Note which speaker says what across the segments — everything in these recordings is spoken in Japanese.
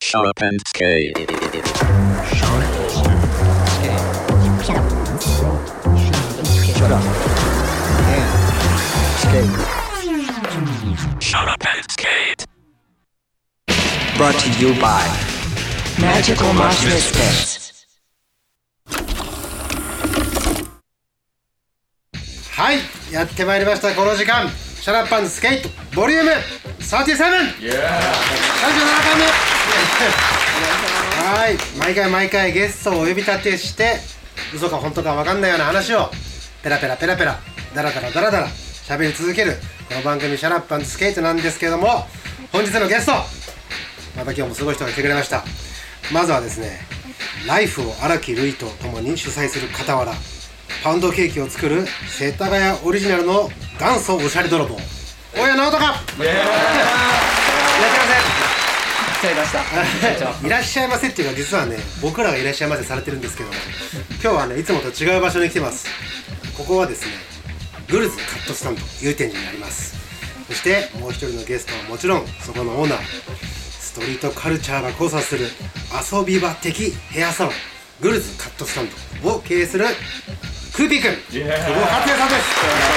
Speaker 1: Shut up and skate. Shut up and skate.
Speaker 2: Brought to you by Magical Mosh Misfits.
Speaker 3: はい、やってまいりましたこの時間、シャラッパンスケートボリューム37、37回目はい、毎回ゲストをお呼び立てして嘘か本当か分かんないような話をペラペラダラダラ喋り続けるこの番組シャラッパンスケートなんですけども、本日のゲストまた今日もすごい人が来てくれました。まずはですね、ライフを荒木瑠衣と共に主催する傍らパウンドケーキを作る世田谷オリジナルの元祖おしゃれ泥棒大谷直人かいらっしゃいませっていうか、実はね僕らがいらっしゃいませされてるんですけども、今日はねいつもと違う場所に来てます。ここはですねグルズカットスタンド祐天寺にあります。そしてもう一人のゲストはもちろんそこのオーナー、ストリートカルチャーが交差する遊び場的ヘアサロングルズカットスタンドを経営するクーピーくん、久保克也さんです。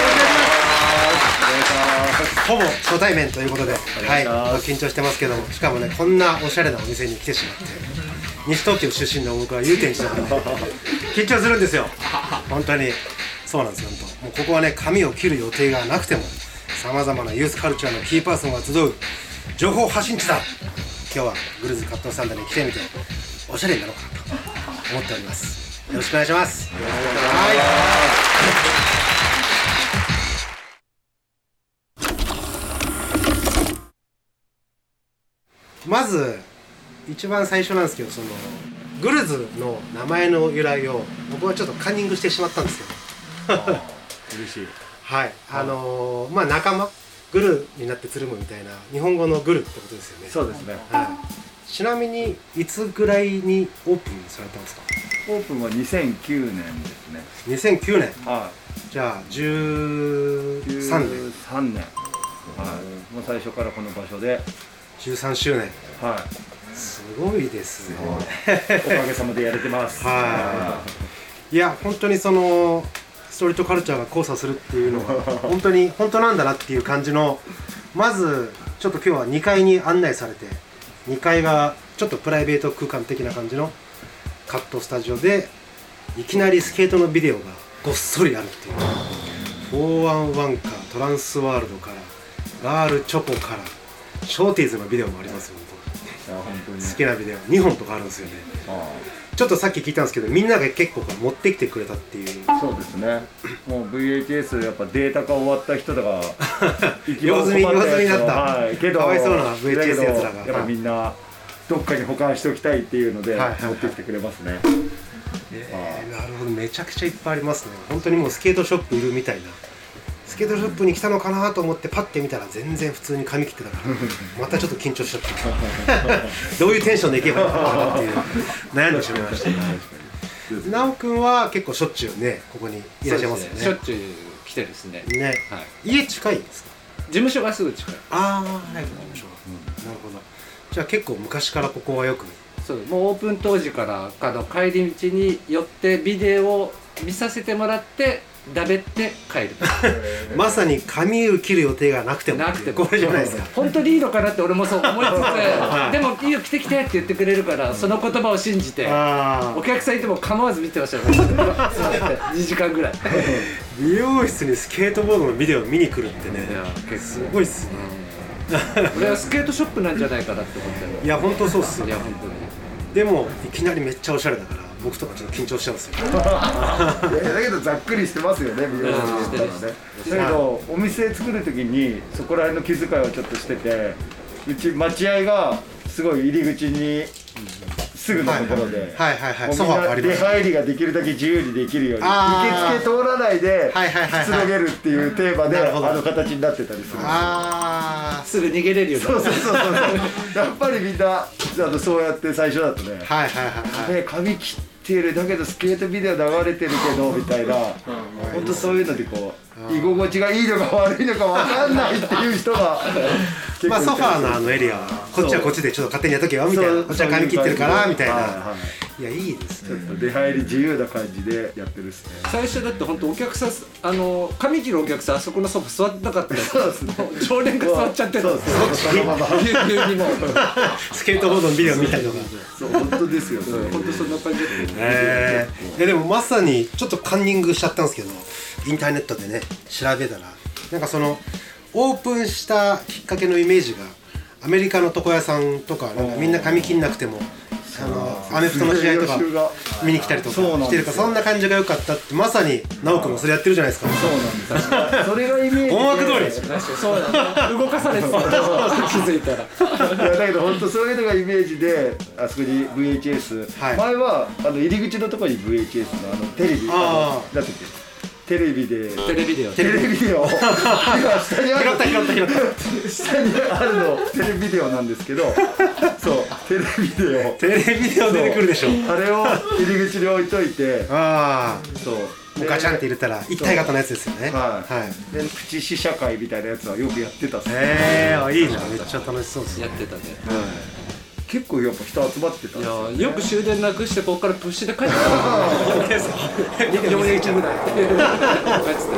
Speaker 3: ほぼ初対面ということで、はい、緊張してますけども、しかもねこんなおしゃれなお店に来てしまって、西東京出身の僕は祐天寺だからね緊張するんですよ本当に。そうなんですよ。もうここはね髪を切る予定がなくてもさまざまなユースカルチャーのキーパーソンが集う情報発信地だ。今日はグルズカットスタンドに来てみておしゃれになろうかなと思っております。よろしくお願いします。まず一番最初なんですけど、そのグルズの名前の由来を僕はちょっとカンニングしてしまったんですけど
Speaker 4: 嬉しい。
Speaker 3: はい、まあ仲間グルになってつるむみたいな日本語のグルってことですよね。
Speaker 4: そうですね。
Speaker 3: はい、ちなみにいつぐらいにオープンされたんですか？
Speaker 4: オープンは2009年ですね。
Speaker 3: 2009年。
Speaker 4: は
Speaker 3: じゃあ13年。
Speaker 4: 13年。はい。もう最初からこの場所で。
Speaker 3: 13周年。
Speaker 4: はい。
Speaker 3: すごいですね。
Speaker 4: おかげさまでやれてます。
Speaker 3: はい。いや本当にそのストリートカルチャーが交差するっていうのが本当なんだなっていう感じの。まずちょっと今日は2階に案内されて、2階がちょっとプライベート空間的な感じのカットスタジオで、いきなりスケートのビデオがごっそりあるっていう。411からトランスワールドからガールチョコからショーティーズのビデオもありますよ。
Speaker 4: 本当に
Speaker 3: 好きなビデオ2本とかあるんですよね。ちょっとさっき聞いたんですけど、みんなが結構持ってきてくれたっていう。
Speaker 4: そうですね。もう VHS やっぱデータ化終わった人とか
Speaker 3: 用済みになった、
Speaker 4: はい、けど
Speaker 3: かわいそうな VHS やつらが
Speaker 4: やっぱみんなどっかに保管しておきたいっていうので持ってきてくれますね。
Speaker 3: なるほど、めちゃくちゃいっぱいありますね。本当にもうスケートショップいるみたいな。スケートショップに来たのかなと思ってパッて見たら全然普通に髪切ってたからまたちょっと緊張しちゃってどういうテンションでいけばいいのかなっていう悩んでしまいました。なおくんは結構しょっちゅうねここにいらっしゃいますよね。
Speaker 5: しょっちゅう来てるですね。
Speaker 3: ね、
Speaker 5: はい、
Speaker 3: 家近いんですか？
Speaker 5: 事務所がすぐ近い。
Speaker 3: ああ、はい、事務所、なるほど。じゃあ結構昔からここはよく。
Speaker 5: そう、もうオープン当時から帰り道に寄ってビデオを見させてもらってだべって帰る
Speaker 3: まさに髪を切る予定がなくてもこれじゃないですか。
Speaker 5: 本当にいいのかなって俺もそう思いつつでもいいよ来て来てって言ってくれるから、その言葉を信じてお客さんいても構わず見てましたよ2時間ぐらい
Speaker 3: 美容室にスケートボードのビデオを見に来るってね、すごいっすね。
Speaker 5: 俺はスケートショップなんじゃないかなって思ってる。
Speaker 3: いや本当そうっすよ。
Speaker 5: いや本当に。
Speaker 3: でもいきなりめっちゃおしゃれだから僕とかちょっと緊張しちゃうんですよ
Speaker 4: だけどざっくりしてますよね、美容室って言ったらね。だけどお店作る時にそこら辺の気遣いをちょっとしてて、うち待合がすごい入り口にすぐのところで、
Speaker 3: ソファーあります。
Speaker 4: 出入りができるだけ自由にできるように、受付通らないでくつろげるっていうテーマであの形になってたりするんですよ。
Speaker 5: すぐ逃げれるように。
Speaker 4: そうやっぱりみんなそうやって最初だとね、髪切ってるだけどスケートビデオ流れてるけどみたいな、本当そういうのでこう居心地がいいのか悪いのか分かんないっていう人が
Speaker 3: まあソファーのエリアはこっちはこっちでちょっと勝手にやっとけよみたいな、こっちは髪切ってるからみたいな、いやいいですね。
Speaker 4: ちょっと出入り自由な感じでやってるっすね。
Speaker 5: 最初だって本当お客さん髪切るお客さんあそこのソファ座ってなかったよ。
Speaker 4: そうですね。
Speaker 5: 常連が座っちゃってた。
Speaker 4: そうそのまま
Speaker 5: 急にも
Speaker 3: スケートボードのビデオ見たりとか。
Speaker 4: そう本当ですよね。
Speaker 5: 本当そんな感じだったよ。
Speaker 3: でもまさにちょっとカンニングしちゃったんですけど、インターネットでね調べたらなんかそのオープンしたきっかけのイメージがアメリカの床屋さんとかなんかみんな髪切んなくてもアメフトの試合とか見に来たりとかしてるから、そんな感じが良かったって、まさに直君もそれやってるじゃないですか。
Speaker 4: そうなんです。それがイメージで
Speaker 3: 思惑通り
Speaker 5: そうだね。動かされてた。気づいたら。
Speaker 4: いやだけど本当そういうのがイメージで、あそこに VHS、
Speaker 3: はい、
Speaker 4: 前は入り口のところに VHS のテレビだってテレビで
Speaker 5: テレビデオ
Speaker 4: 下にある
Speaker 3: 拾った
Speaker 4: 下にあるのテレビデオなんですけど、そうテレビデオ
Speaker 3: 出てくるでしょ。
Speaker 4: あれを入り口に置いといて、そう
Speaker 3: ガチャンって入れたら一体型のやつですよね。
Speaker 4: はいでプチ試写会みたいなやつはよくやってたっすね。
Speaker 3: いいじゃん、めっちゃ楽しそうですね。
Speaker 5: やってたね。
Speaker 4: 結構やっぱ人集まってたんですよね。
Speaker 5: よく終電なくしてここからプッシュで帰ってた。4年1ぐらい。帰って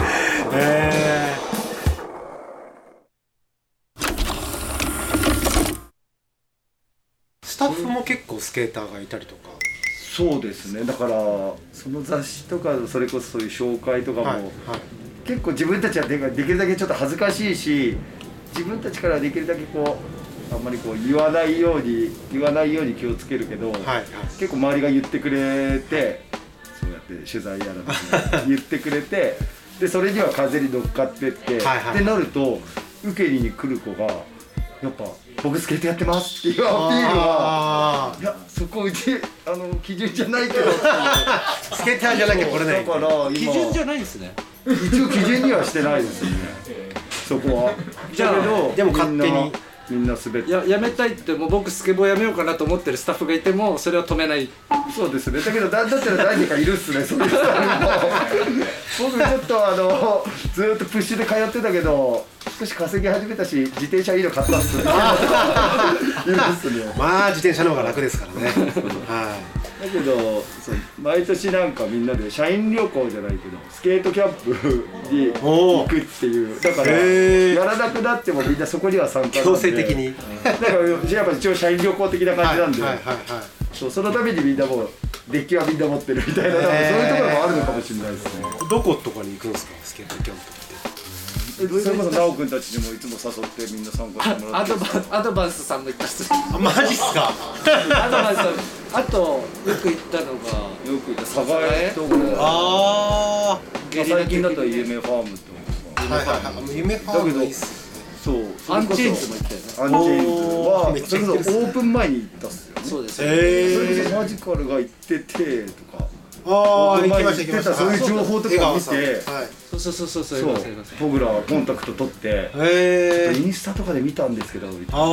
Speaker 3: た。スタッフも結構スケーターがいたりとか。
Speaker 4: そうですね。だからその雑誌とかそれこそそういう紹介とかも、結構自分たちはできるだけちょっと恥ずかしいし、自分たちからできるだけこうあんまりこう言わないように気をつけるけど、結構周りが言ってくれて、そうやって取材やら言ってくれて、でそれには風に乗っかってって、でなると受けに来る子がやっぱ僕スケートやってますっていうアピールは、いやそこうち基準じゃないけど
Speaker 3: スケーターじゃなきゃこれない。
Speaker 4: だから
Speaker 5: 基準じゃないんですね。
Speaker 4: 一応基準にはしてないですよね。そこは。
Speaker 5: じゃあ
Speaker 3: でも勝手に
Speaker 4: みんな滑って
Speaker 5: やめたいってもう僕スケボーやめようかなと思ってるスタッフがいてもそれを止めない。
Speaker 4: そうですね。だけどだったら何人かいるっすね。そういう人も僕ちょっとずーっとプッシュで通ってたけど少し稼ぎ始めたし自転車いいの買ったっすね。いるっすね。
Speaker 3: まあ自転車の方が楽ですからね。
Speaker 4: だけど毎年なんかみんなで社員旅行じゃないけどスケートキャンプに行くっていう、だからやらなくなってもみんなそこには参加なんで
Speaker 3: 強制的に
Speaker 4: だからやっぱ一応社員旅行的な感じなんで、そのためにみんなもうデッキはみんな持ってるみたいな、そういうところもあるのかもしれないですね。
Speaker 3: どことかに行くんですか、スケートキャンプって。
Speaker 4: それこそ直君たちにもいつも誘ってみんな参加してもらって。
Speaker 5: アドバンスさんも行ったっす。
Speaker 3: マジっすか。
Speaker 5: アドバンスさん、あとよく行ったのが
Speaker 4: よく行ったサガエとか、最近だと夢ファームって
Speaker 3: 夢ファームがいいっす。
Speaker 4: そう
Speaker 5: アンチェインズも行ったよね。
Speaker 4: アンチェインズはそれこそオープン前に行ったっすよね。
Speaker 5: そうです。
Speaker 4: それこそマジカルが行っててとか、
Speaker 3: 行きました
Speaker 4: そういう情報とか見て、
Speaker 5: そう
Speaker 4: 僕らコンタクト取ってインスタとかで見たんですけど、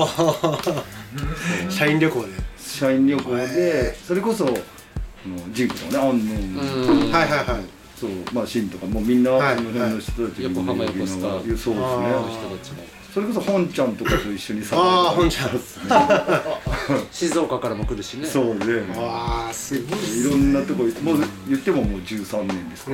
Speaker 3: 社員旅行で
Speaker 4: それこそジンクとかね、そうまあシンとかもうみんなその辺の人たち
Speaker 5: 横浜横須賀、
Speaker 4: そうですね。それこそ本ちゃんとかと一緒に
Speaker 3: 本ちゃん
Speaker 5: 静岡からも来るしね。
Speaker 4: そうね。
Speaker 3: すごい。
Speaker 4: いろんなとこもう言ってももう13年ですから。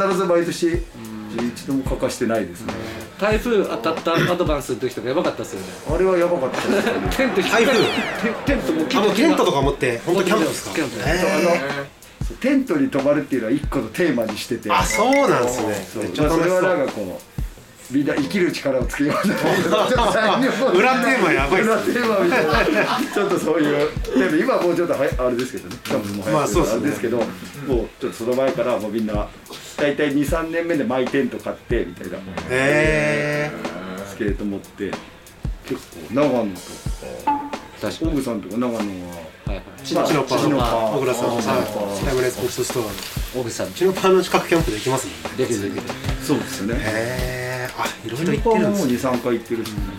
Speaker 4: 必ず毎年一度も欠かしてないですね。
Speaker 5: 台風当たったアドバンスの時とかやばかったですよね。
Speaker 4: あれはやばかったですね。
Speaker 5: テント
Speaker 3: 台風
Speaker 5: テントも
Speaker 3: テントとか持って本当キャンプですか。
Speaker 4: テントに泊まるっていうのは一個のテーマにしてて。
Speaker 3: そうなんですね。
Speaker 4: それはなんかこうみんな生きる力をつけようじゃないけど、
Speaker 3: 裏テーマやばいっすね。
Speaker 4: 裏テーマみたいな、ちょっとそういう今はもうちょっとあれですけどね、キャンプも流行ってるんですけど、もうちょっとその前からもうみんな大体 2,3 年目でマイテント買ってみたいな、スケート持って結構長野とオグさんとか長野は
Speaker 3: チノパー、小倉さん、タイムレスポーツストア、
Speaker 5: オグさん
Speaker 3: チノパーの近くキャンプできますもんね。
Speaker 5: できる。
Speaker 4: そうですね。
Speaker 3: いろいろ行ってるんですね。
Speaker 4: チノパーも 2,3 回行ってるしね。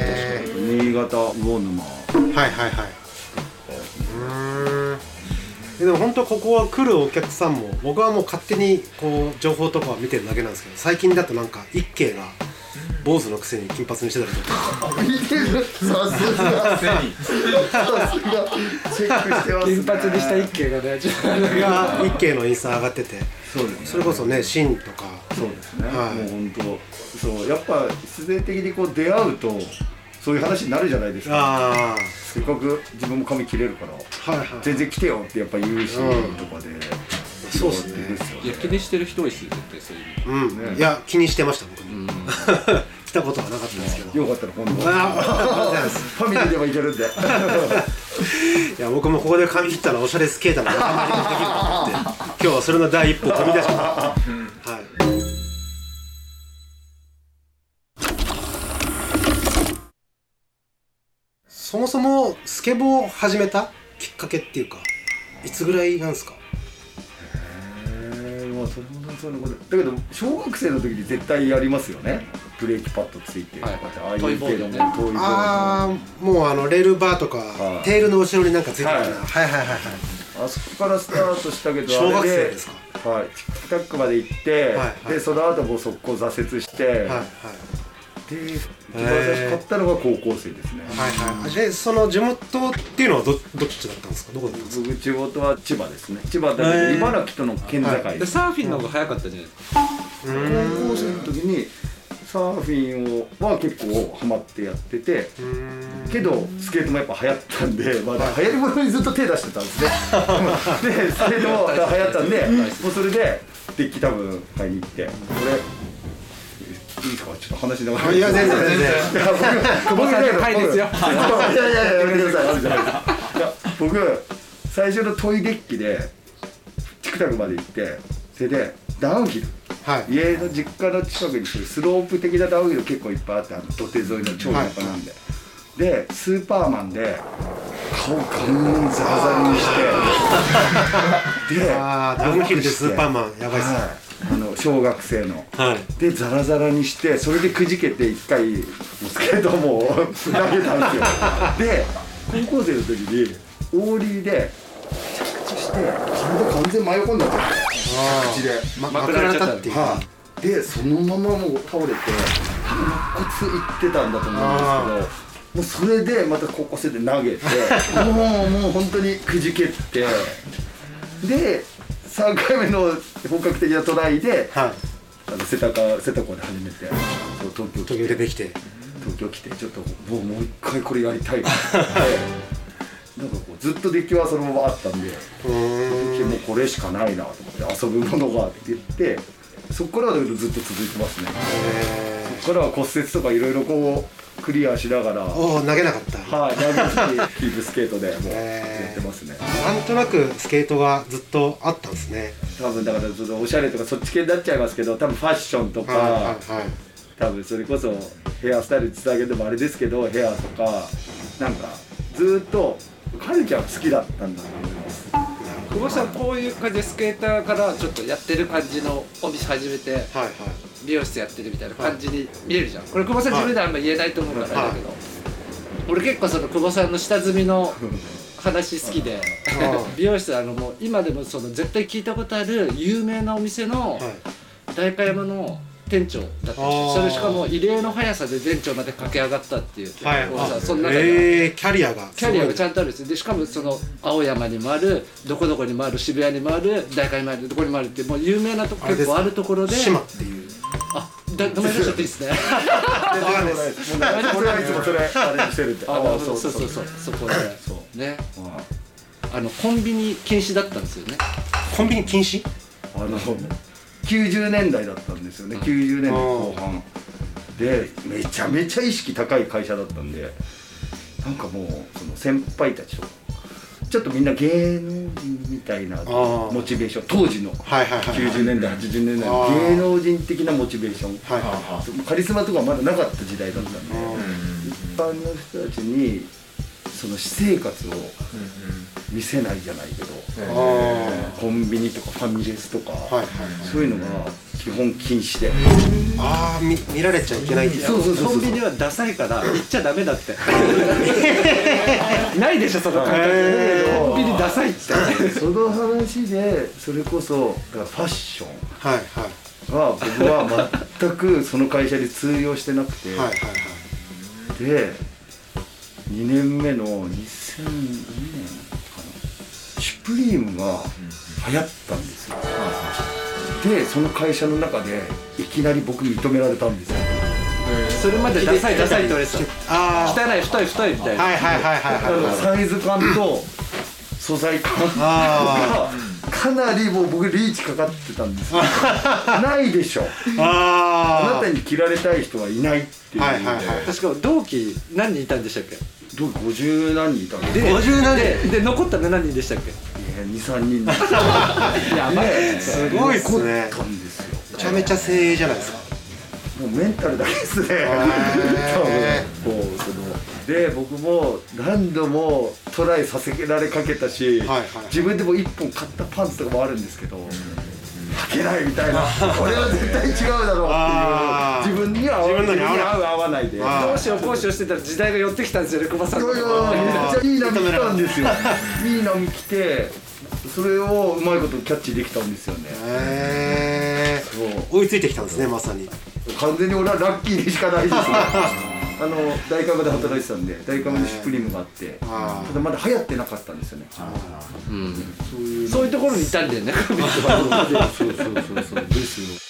Speaker 4: 新潟魚沼。
Speaker 3: でも本当ここは来るお客さんも僕はもう勝手にこう情報とかは見てるだけなんですけど、最近だとなんか一慶が坊主のくせに金髪にしてたりとか
Speaker 4: 見てる、さすがチェックしてますね。
Speaker 5: 金髪にした一軒がね、
Speaker 3: が一慶のインスタ上がってて、
Speaker 4: そうですね、
Speaker 3: それこそねシンとか、
Speaker 4: そうですね、
Speaker 3: はい
Speaker 4: もう本当そうやっぱ必然的にこう出会うとそういう話になるじゃないですか。
Speaker 3: あ
Speaker 4: せっかく自分も髪切れるから
Speaker 3: あはいはい
Speaker 4: 全然来てよってやっぱ言うし、とかで
Speaker 3: そうっすね
Speaker 4: ですよ
Speaker 6: いや気にしてる人多いっすよ絶対そういうの。
Speaker 3: うん、いや気にしてました僕も来たことはなかったんですけど、
Speaker 4: よかったら今度
Speaker 3: ああ
Speaker 4: ファミリーでもいけるんで
Speaker 3: いや僕もここで髪切ったらおしゃれスケーターの仲間入りもできると思って今日はそれの第一歩を踏み出しました、はい。そもそもスケボーを始めたきっかけっていうかいつぐらいなんですか？
Speaker 4: まあそれもそういうことだけど小学生の時に絶対やりますよね。ブレーキパッドついて、
Speaker 5: はい
Speaker 4: ああいう
Speaker 5: トイボールね
Speaker 4: 系のトイボール
Speaker 3: ああもうレールバーとか、
Speaker 4: はい
Speaker 3: テールの後ろになんかついてるような、
Speaker 4: はい
Speaker 3: はいはいはいはい
Speaker 4: あそこからスタートしたけど
Speaker 3: 小学生
Speaker 4: あれ
Speaker 3: ですか？
Speaker 4: はい、チックタックまで行って、
Speaker 3: はい
Speaker 4: でその後もう速攻挫折して、
Speaker 3: はいはい
Speaker 4: で一番最初買ったのが高校生ですね。
Speaker 3: はいはい。でその地元っていうのはどっちだったんですか？どこだったんですか？
Speaker 4: 僕地元は千葉ですね。千葉だけど茨城との県境
Speaker 6: でサーフィンの方が早かったじゃないですか。
Speaker 4: 高校生の時にサーフィンは結構ハマってやってて、けどスケートもやっぱ流行ったんで、まあ、流行り物にずっと手出してたんですねでスケートも流行ったんでもうそれでデッキ多分買いに行ってこれいいですかちょっと話しながら
Speaker 3: いや全然
Speaker 5: 僕さんの回ですよ。
Speaker 4: いややめてくださいいや僕最初のトイデッキでチクタクまで行ってそれでダウンヒル
Speaker 3: はい。
Speaker 4: 家の実家の近くにそういうスロープ的なダウンヒル結構いっぱいあって土手沿いの超田舎なんで、でスーパーマンで顔ガンザラザラにしてで
Speaker 3: ああダウンヒルでスーパーマンやばいっすね。
Speaker 4: はい、小学生の
Speaker 3: はい。
Speaker 4: でザラザラにしてそれでくじけて一回もうスケートも投げたんですよで高校生の時にオーリーで着地して体完全真横になっちゃって着地で
Speaker 3: まくられたっていう。
Speaker 4: はい、でそのままもう倒れて肋骨いってたんだと思うんですけどもうそれでまた高校生で投げてもう本当にくじけってで3回目の本格的なトライで、
Speaker 3: はい。
Speaker 4: 瀬田港で始めてそう東京
Speaker 3: 東京出てきて。
Speaker 4: 東京来てちょっともう一回これやりたいなってなんかこうずっとデッキはそのままあったんでもうこれしかないなと思って遊ぶものがって言ってそこからはだけどずっと続いてますね。そこからは骨折とかいろいろこうクリアしながら
Speaker 3: おお投げなかった。
Speaker 4: はい投げてキープスケートでもうやってますね。
Speaker 3: なんとなくスケートがずっとあったんですね。
Speaker 4: 多分だからちょっとおしゃれとかそっち系になっちゃいますけど多分ファッションとか、
Speaker 3: はいはいはい。
Speaker 4: 多分それこそヘアスタイルつなげてもあれですけどヘアとかなんかずっとカルチャー好きだったんだと思います。
Speaker 5: 久保さんこういう感じでスケーターからちょっとやってる感じのお店始めて
Speaker 3: はいはい。
Speaker 5: 美容室やってるみたいな感じに見えるじゃん。これ久保さん自分ではあんま言えないと思うからだけど、俺結構その久保さんの下積みの話好きで美容室もう今でもその絶対聞いたことある有名なお店の代官山の店長だったんですよ。それしかも異例の速さで店長まで駆け上がったっていう
Speaker 3: はい。
Speaker 5: その中で
Speaker 3: キャリアが
Speaker 5: キャリアがちゃんとあるんですよ。でしかもその青山にもあるどこどこにもある渋谷にもある代官山にもあるどこにもあるってもう有名なとこ結構あるところで
Speaker 3: 島っていう。
Speaker 5: 名前出しちゃっていいですね。
Speaker 4: 俺はいつもそれあれにしてるんで。
Speaker 5: そうそこでねコンビニ禁止だったんですよね。
Speaker 3: コンビニ禁止
Speaker 4: ？90年代だったんですよね。90年代後半でめちゃめちゃ意識高い会社だったんでなんかもうその先輩たちとちょっとみんな芸能人みたいなモチベーション当時の90年代80年代の芸能人的なモチベーションカリスマとかまだなかった時代だったんで一般の人たちにその私生活を見せないじゃないけど、コンビニとかファミレスとか、そういうのが基本禁止で、
Speaker 3: 見られちゃいけないって。
Speaker 5: コンビニはダサいから行っちゃダメだってないでしょその感覚。コンビニダサいって
Speaker 4: その話でそれこそだからファッションが僕は全くその会社で通用してなくて、で2年目の2002年かな、シュプリームが流行ったんですよ。でその会社の中でいきなり僕認められたんですよ。
Speaker 5: それまでダサいダサいって言われてた。汚い太い太いみたいな。
Speaker 4: サイズ感と素材感がかなりもう僕リーチかかってたんですよないでしょ、あなたに着られたい人はいないっていう。
Speaker 5: 確か同期何人いたんでしたっけ？
Speaker 4: 同期50何人いたんで、
Speaker 3: 50何人
Speaker 5: で残ったの何人でしたっけ
Speaker 4: ？2、3人
Speaker 5: やばい、
Speaker 3: すごいっすね。
Speaker 4: たんですよ。
Speaker 3: めちゃめちゃ精鋭じゃないですか。
Speaker 4: もうメンタルだけですね多分で僕も何度もトライさせられかけたし、自分でも1本買ったパンツとかもあるんですけど、履けないみたいなこれは絶対違うだろうっていう、自分には合わないで
Speaker 5: 講師をしてたら時代が寄ってきたんですよね、久保さん。
Speaker 4: めっちゃいい波来たんですよいい波来て、それをうまいことキャッチできたんですよね。
Speaker 3: 追いついてきたんですね、まさに。
Speaker 4: 完全に俺はラッキーでしかないですね大カムで働いてたんで、大カムにシュプリームがあって、ただまだ流行ってなかったんですよね。
Speaker 5: そういうところにいたんだよねそうですよ。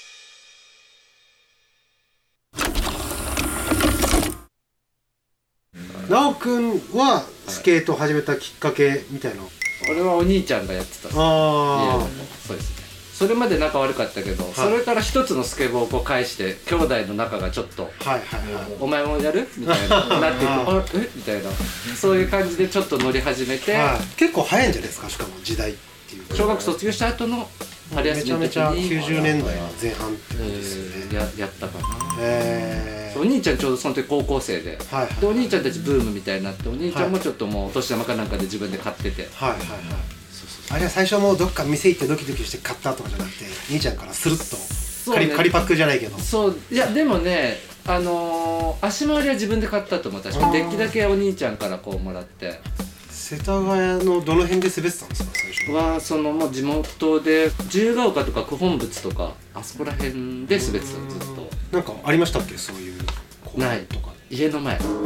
Speaker 3: なおくんはスケートを始めたきっかけみたいな。
Speaker 5: 俺はお兄ちゃんがやってた。そうですね。それまで仲悪かったけど、それから一つのスケボーをこう返して兄弟の仲がちょっとお前もやるみたいななってみたいな、そういう感じでちょっと乗り始めて、
Speaker 3: 結構早いんじゃないですか、しかも時代っていう。
Speaker 5: 小学卒業した後の春休みの時に
Speaker 3: めちゃめちゃ90年代の前半ってことですよね。
Speaker 5: やったかな。お兄ちゃんちょうどその時高校生で、でお兄ちゃんたちブームみたいになって、お兄ちゃんもちょっともうお年玉かなんかで自分で買ってて、あれは最初もうどっか店行ってドキドキして買ったとかじゃなくて、兄ちゃんからスルッと仮パックじゃないけど。そういやでもね、足回りは自分で買ったと思う。確かデッキだけお兄ちゃんからこうもらって。
Speaker 3: 世田谷のどの辺で滑ってたんですか、最初
Speaker 5: は？そのもう地元で自由が丘とか九本仏とかあそこら辺で滑ってた、ずっと。
Speaker 3: なんかありましたっけ、そういう
Speaker 5: ないとか家の前でも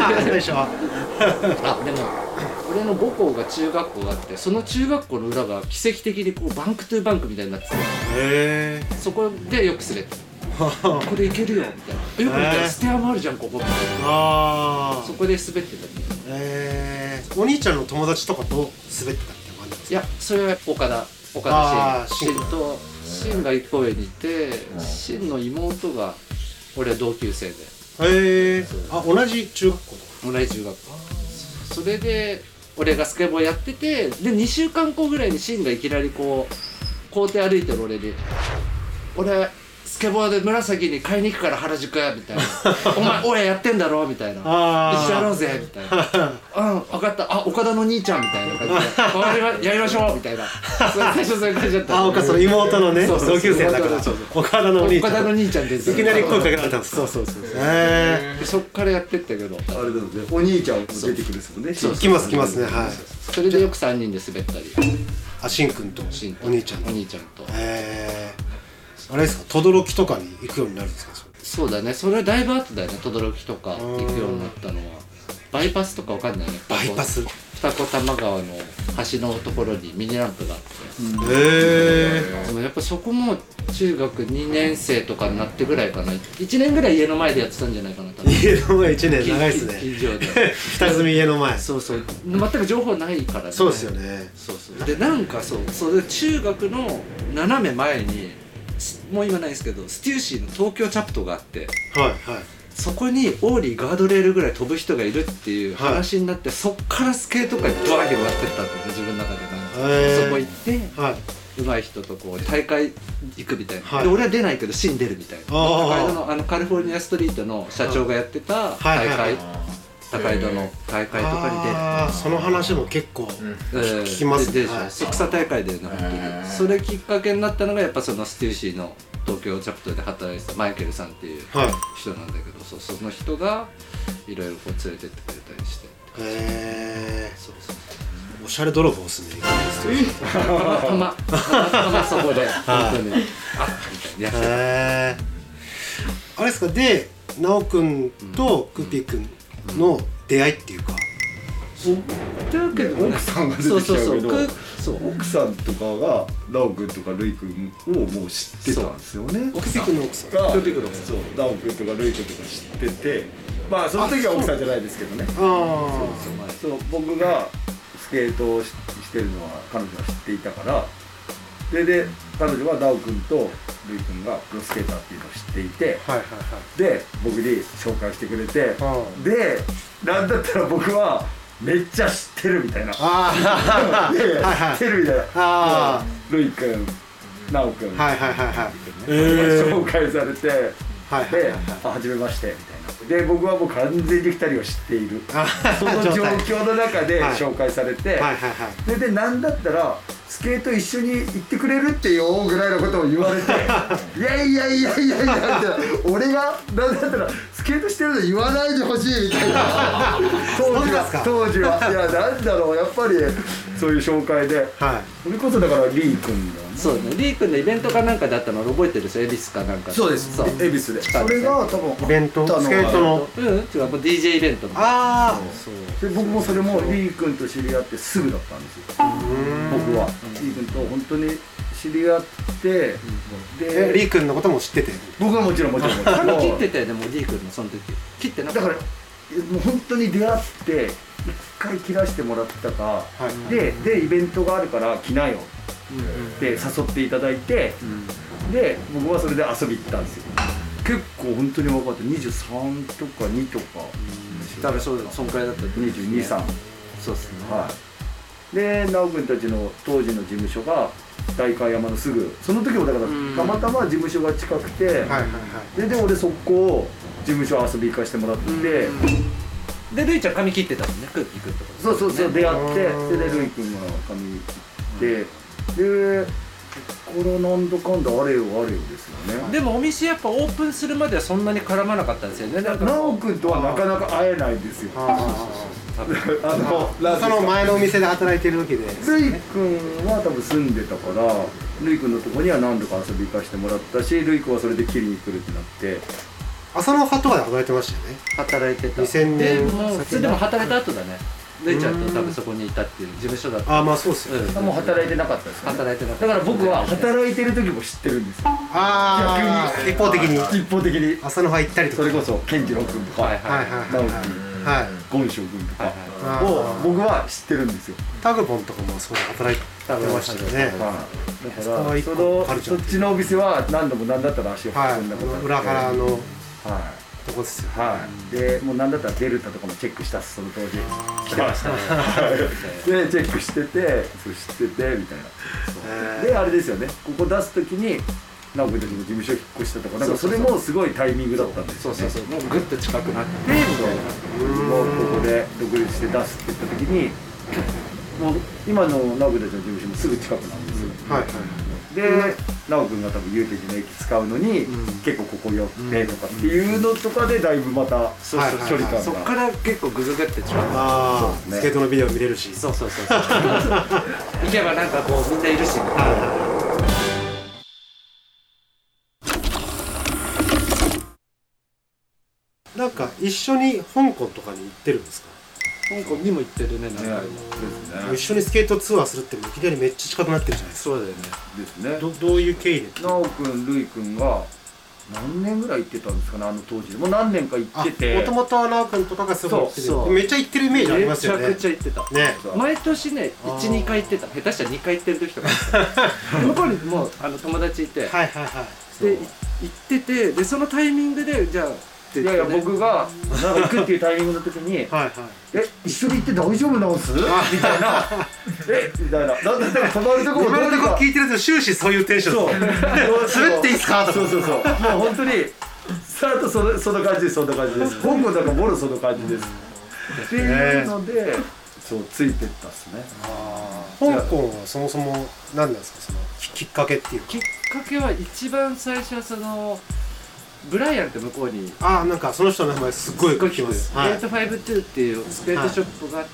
Speaker 5: 俺の母校が中学校があって、その中学校の裏が奇跡的にこうバンクトゥーバンクみたいになってて、そこでよく滑ってこれいけるよみたいな、よく見たらステアもあるじゃんここみたいな、そこで滑ってた。
Speaker 3: お兄ちゃんの友達とかと滑ってたみたいな感じですか？
Speaker 5: いや、それは岡田慎と慎が一個上にいて、慎の妹が俺は同級生で。
Speaker 3: 同じ中学校？
Speaker 5: 同じ中学校。それで俺がスケボーやってて、で2週間後ぐらいにシンがいきなりこう校庭歩いてる俺に「俺スケボーで紫に買いに行くから原宿」みたいな「お前俺やってんだろ」みたいな「一緒やろうぜ」みたいな「分かった岡田の兄ちゃん」みたいな感じで「やりましょう」みたいな、最初そういう感じだった。
Speaker 3: その妹のね、同級生だから岡田の兄ちゃんでいきなり声かけられたんですか？そう
Speaker 5: そっからやってったけど、
Speaker 4: あれだね、お兄ちゃんも出てくるですもんね。
Speaker 3: 来ますね。はい。
Speaker 5: それでよく3人で滑ったり。
Speaker 3: しんくんとお兄ちゃんと。あれですか、轟とかに行くようになるんですか？
Speaker 5: そうだね、それはだいぶ後だよね。轟とか行くようになったのはバイパスとかわかんないね。
Speaker 3: バイパス、
Speaker 5: 二子玉川の橋のところにミニランプがあって、でもやっぱそこも中学2年生とかになってぐらいかな、1年ぐらい家の前でやってたんじゃないかな。
Speaker 3: 家の前1年長いっすね。
Speaker 5: 近所で
Speaker 3: 下積み家の前。
Speaker 5: そう全く情報ないからね。
Speaker 3: そうですよね。
Speaker 5: でなんかそうで中学の斜め前にもう今ないですけどステューシーの東京チャプトがあって、そこにオーリーガードレールぐらい飛ぶ人がいるっていう話になって、そっからスケート界にドワー広がってったんだよね、自分の中で。そこ行って、上手い人とこう大会行くみたいな、で俺は出ないけどシン出るみたいな、カリフォルニアストリートの社長がやってた大会高井戸の大会とかに出る。
Speaker 3: ああその話も結構聞きますね。
Speaker 5: 草大会でね、本当にそれきっかけになったのがやっぱそのステューシーの東京チャプターで働いてたマイケルさんっていう人なんだけど、その人がいろいろこう連れてってくれたりして。
Speaker 3: へえ。
Speaker 5: そうそう。
Speaker 3: おしゃれ泥棒っすね。
Speaker 5: たまそこで本当にあみたいなやってた。
Speaker 3: あれですか。でなおくんとクッピーくんの出会いっていうか。
Speaker 5: というわけで
Speaker 4: 奥さんが出てきちゃうけど、
Speaker 5: そう
Speaker 4: 奥さんとかが直くんとかるいくんをもう知ってたんですよね。
Speaker 3: クッピーくんの奥さん。
Speaker 4: がそう直くんとかるいくんとか知ってて、まあその時は奥さんじゃないですけどね。そう僕がスケートをしてるのは彼女は知っていたから、で彼女は直くんとるいくんがプロスケーターっていうのを知っていて、で僕に紹介してくれて、でなんだったら僕はめっちゃ知ってるみたいな、知ってるみたいな、るいくん、なおくん紹介されて、で初めましてみたいな。で僕はもう完全に2人を知っているその状況の中で紹介されて、でなんだったらスケート一緒に行ってくれるってよぐらいのことを言われていやみたいな、俺がなんだったらスケートしてるの言わないでほしいみたいな当時はいやなんだろう、やっぱりそういう紹介で、それこそだからリー君だよね。
Speaker 5: そうね、リー君のイベントかなんかだったの覚えてるでしょ、恵比寿かなんか。
Speaker 4: そうです、恵比寿で。それが多分
Speaker 3: イベントスケートの
Speaker 5: 違う、DJ イベントの。
Speaker 4: で僕もそれもリー君と知り合ってすぐだったんですよ。僕はリー君と本当に知り合って、
Speaker 3: でリー君のことも知ってて、
Speaker 4: 僕はもちろん
Speaker 5: 髪切ってたよね、もうリー君のその時切ってなかった。だから
Speaker 4: もう本当に出会って一回切らしてもらったか、でイベントがあるから来なよって誘っていただいて、で僕はそれで遊び行ったんですよ。結構本当に若かった、23とか2とか、
Speaker 5: 多分そうそんくらいだった。
Speaker 4: 22、3。
Speaker 5: そうっすね。
Speaker 4: で直君たちの当時の事務所が代官山のすぐ、その時もだからたまたま事務所が近くて、で俺そこを事務所遊び行かしてもらって、
Speaker 5: でるいちゃん髪切ってたもんね、クッキーくんとか。
Speaker 4: そう出会って、でるいくんが髪切って、でこれなんだかんだあれよですよね。
Speaker 5: でもお店やっぱオープンするまではそんなに絡まなかったんですよね。
Speaker 4: なおくんとはなかなか会えないんですよ。
Speaker 3: その前のお店で働いてる時で、
Speaker 4: るいくんは多分住んでたから、るいくんのとこには何度か遊び行かしてもらったし、るいくんはそれで切りに来るってなって、
Speaker 3: 朝の葉とかで働いてましたよね。
Speaker 5: 働いてた。
Speaker 3: 2000年。
Speaker 5: 普通でも働いた後だね。るいちゃんと多分そこにいたっていう事務所だった。
Speaker 3: あ、まあそうっすよ。
Speaker 4: もう働いてなかったです。
Speaker 5: 働いてなかった。
Speaker 4: だから僕は働いてる時も知ってるんですよ。
Speaker 3: 逆に一方的に朝の葉行ったりとか、
Speaker 4: それこそ健次郎君とか直樹、権翔君とかを僕は知ってるんですよ。
Speaker 3: タグボンとかもそう働いてましたよね。
Speaker 4: だからそっちのお店は何度も何だったら足を運んだことあって、
Speaker 3: 裏腹のとこですよ。
Speaker 4: でもう何だったらデルタとかもチェックしたその当時来てましたね。でチェックしてて、知っててみたいな。であれですよね、ここ出す時に直君たちの事務所引っ越したとか、なんかそれもすごいタイミングだったんですよね。
Speaker 5: そうもうグッと近くなってみたいな。
Speaker 4: もうここで独立して出すって言った時に、もう今の直君たちの事務所もすぐ近くなんですよ。で直君が多分祐天寺の駅使うのに、結構ここ寄ってとかっていうのとかでだいぶまた距離感が、
Speaker 5: そっから結構グググって近く。
Speaker 3: スケートのビデオ見れるし、
Speaker 5: そう行けばなんかこうみんないるし。
Speaker 3: なんか一緒に香港とかに行ってるんですか？
Speaker 5: 香港にも行ってるね。
Speaker 3: 一緒にスケートツアーするっていきなりめっちゃ近くなってるじゃないですか。
Speaker 5: そうだよね。
Speaker 4: ですね。
Speaker 3: どういう経緯で？
Speaker 4: 直君、るい君が何年ぐらい行ってたんですかね、あの当時。もう何年か行ってて。
Speaker 3: もともとは直君とかがすごい行ってて、めっちゃ行ってるイメージありますよね。
Speaker 5: めちゃくちゃ行ってた。ね。毎年ね、1、2回行ってた。下手したら2回行ってる時とか。向こうにもう友達いて。で行ってて、でそのタイミングでじゃあ。いや僕がなんか行くっていうタイミングの時に一緒に行って大丈夫なんす？みたいなみたいな。なんだったら泊まるとこも
Speaker 3: 今のところ聞いてると終始そういうテンション。滑っていいっすか？とか。
Speaker 4: そうもう本当にスタートそんな感じです。香港なんかもろその感じです。 っていうので、そうついてったっすね。
Speaker 3: 香港はそもそも何なんですか、そのきっかけっていうか。
Speaker 5: きっかけは一番最初はそのブライアンって向こうに
Speaker 3: なんかその人の名前すごい聞きます。
Speaker 5: 852っていうスケートショップがあって、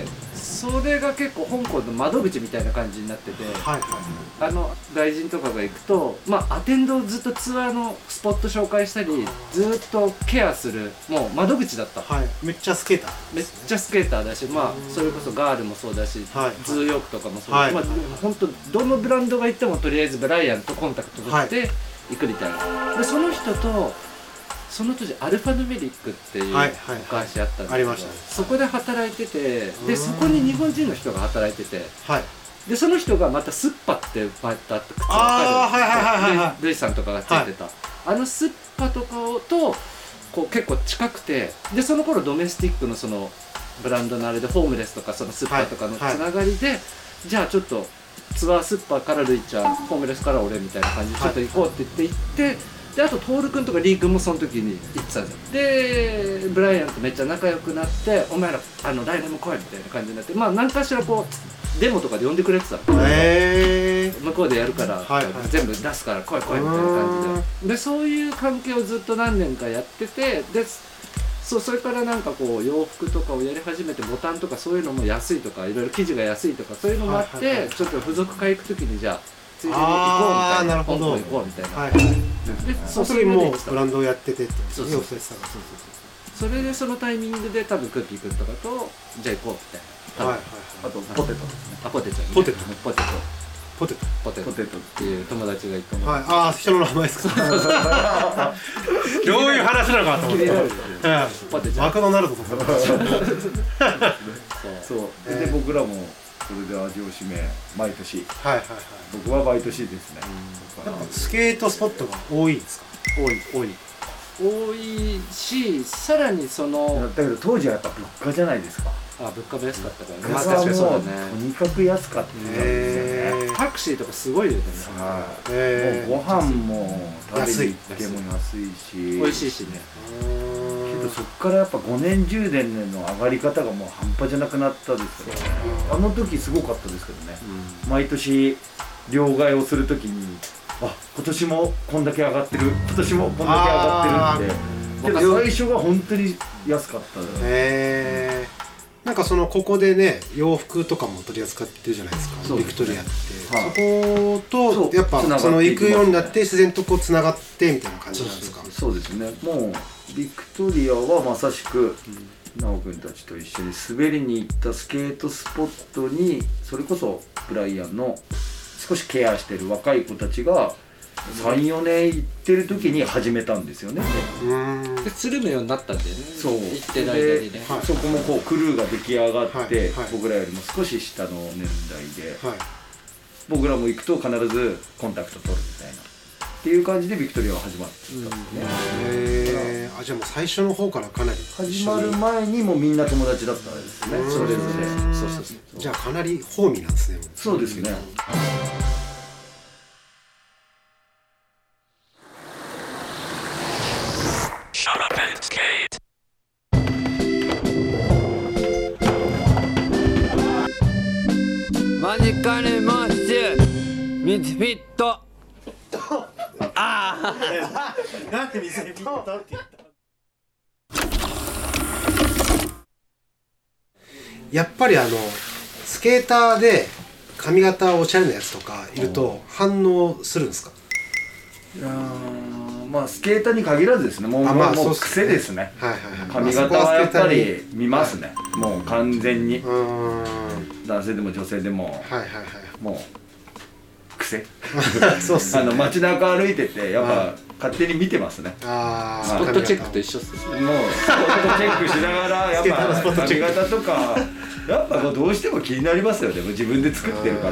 Speaker 5: それが結構香港の窓口みたいな感じになってて、外人とかが行くと、アテンドをずっとツアーのスポット紹介したりずっとケアするもう窓口だった、
Speaker 3: めっちゃスケーター、
Speaker 5: めっちゃスケーターだし、それこそガールもそうだし、ズーヨークとかもそうだし、本当どのブランドが行ってもとりあえずブライアンとコンタクト取って行くみたいな。でその人とその当時アルファヌメリックっていう会社あったんですけど、そこで働いてて、でそこに日本人の人が働いてて、でその人がまたスッパってまた靴分かる、ルイさんとかがついてた、あのスッパとかとこう結構近くて、でその頃ドメスティックのそのブランドのあれでホームレスとかそのスッパとかのつながりで、じゃあちょっとツアースッパーからルイちゃん、ホームレスから俺みたいな感じでちょっと行こうって言って行って、であとトール君とかリー君もその時に行ってたんですよ。でブライアンとめっちゃ仲良くなって、お前ら来年も来いみたいな感じになって、何かしらこうデモとかで呼んでくれてた、向こうでやるから、全部出すから来い来いみたいな感じで、そういう関係をずっと何年かやってて、でそれからなんかこう洋服とかをやり始めて、ボタンとかそういうのも安いとかいろいろ生地が安いとかそういうのもあって、ちょっと付属買い行く時にじゃあついでに行こうみたいな、香港行こうみたいな。で
Speaker 3: その時もブランドをやっててってことですね。
Speaker 5: それでそのタイミングで多分クッキー君とかとじゃあ行こうみたいな。
Speaker 4: あとポテトですね。
Speaker 5: ポテトっていう友達がいて、
Speaker 3: 人の名前ですか。どういう話なのかと思って。マクドナルドとか。
Speaker 4: そうで僕らもそれで味を占め、毎年僕は毎年ですね。
Speaker 3: スケートスポットが多いんですか。
Speaker 5: 多いし、さらにその
Speaker 4: だけど当時はやっぱ物価じゃないですか。
Speaker 5: 物価も安かったから
Speaker 4: ね。確かにそうだね。とにかく安かったんですよね。
Speaker 5: タクシーとかすごいよね。
Speaker 4: もうご飯も食べに行っても安いし
Speaker 5: 美味しいしね。
Speaker 4: けどそっからやっぱ5年10年の上がり方がもう半端じゃなくなったですけどね。あの時すごかったですけどね。毎年両替をする時に今年もこんだけ上がってる、今年もこんだけ上がってるって。けど最初が本当に安かった
Speaker 3: なんかここでね、洋服とかも取り扱ってるじゃないですか、ビクトリアって。そことやっぱ行くようになって自然とこうつながってみたいな感じなんですか。
Speaker 4: そうですね。もうビクトリアはまさしく直君たちと一緒に滑りに行ったスケートスポットに、それこそブライアンの少しケアしてる若い子たちが 3,4 年行ってる時に始めたんですよね。
Speaker 5: でつるむようになったんだよね。
Speaker 4: そう
Speaker 5: 行ってる間にね。
Speaker 4: そこもこうクルーが出来上がって、僕らよりも少し下の年代で、僕らも行くと必ずコンタクト取るみたいなっていう感じでビクトリアは始まったんですね。
Speaker 3: じゃあもう最初の方からかなり
Speaker 4: 始まる前にもうみんな友達だったんですね。それぞれ。
Speaker 3: じゃあかなりホーミーなんですね。
Speaker 4: そうですね。
Speaker 1: Shut up and skate.
Speaker 7: マジカルモッシュミスフィット。
Speaker 3: なんでミスフィットって言った。やっぱりスケーターで髪型おしゃれなやつとかいると反応するんですか。
Speaker 4: スケーターに限らずですね。もう癖ですね。髪型はやっぱり見ますね。もう完全に男性でも女性でももう癖。
Speaker 3: そうっすね。
Speaker 4: 街中歩いててやっぱ勝手に見てますね。
Speaker 5: スポットチェックと一緒っす。
Speaker 4: もうスポットチェックしながらやっぱ髪型とかやっぱどうしても気になりますよね。自分で作ってるから。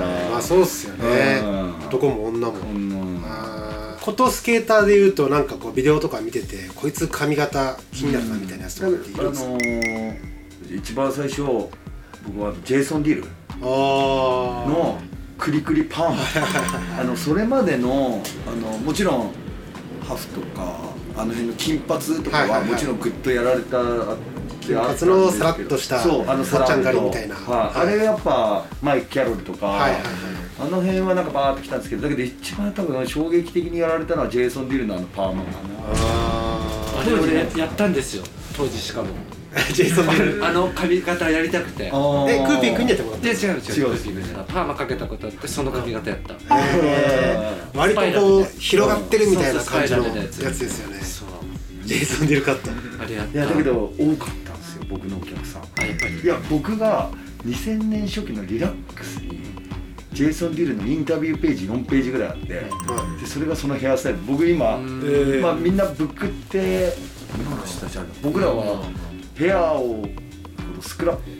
Speaker 3: そうっすよね。男も女も。ことスケーターでいうとなんかこうビデオとか見ててこいつ髪型気になるなみたいなやつとかっているんですか。
Speaker 4: 一番最初僕はジェイソン・ディルのクリクリパンそれまでのもちろんハフとかあの辺の金髪とかはもちろんグッとやられた
Speaker 3: 金髪のさらっとした
Speaker 4: そう
Speaker 3: おっちゃん狩りみたいな、
Speaker 4: あれやっぱマイク・キャロルとか、
Speaker 3: はいはいはい、
Speaker 4: あの辺はなんかバーってきたんですけど、だけど一番多分衝撃的にやられたのはジェイソン・ディルのパーマかな。
Speaker 5: あれ俺やったんですよ当時。しかも
Speaker 3: ジェイソン・ディル
Speaker 5: あの髪型やりたくて。
Speaker 3: クーピー君にやってもらった
Speaker 5: で違うパーマかけたことあってその髪型やった。
Speaker 3: 割とこう広がってるみたいな感じのやつですよね。
Speaker 5: そう
Speaker 3: ジェイソン・ディルカット
Speaker 5: あれやった。
Speaker 4: いやだけど多かったんですよ僕のお客さん。
Speaker 5: やっぱり
Speaker 4: いや僕が2000年初期のリラックスにジェイソン・ディルのインタビューページ4ページぐらいあって、でそれがそのヘアスタイル。僕今、まあ、みんなブックって僕らはヘアをスクラップ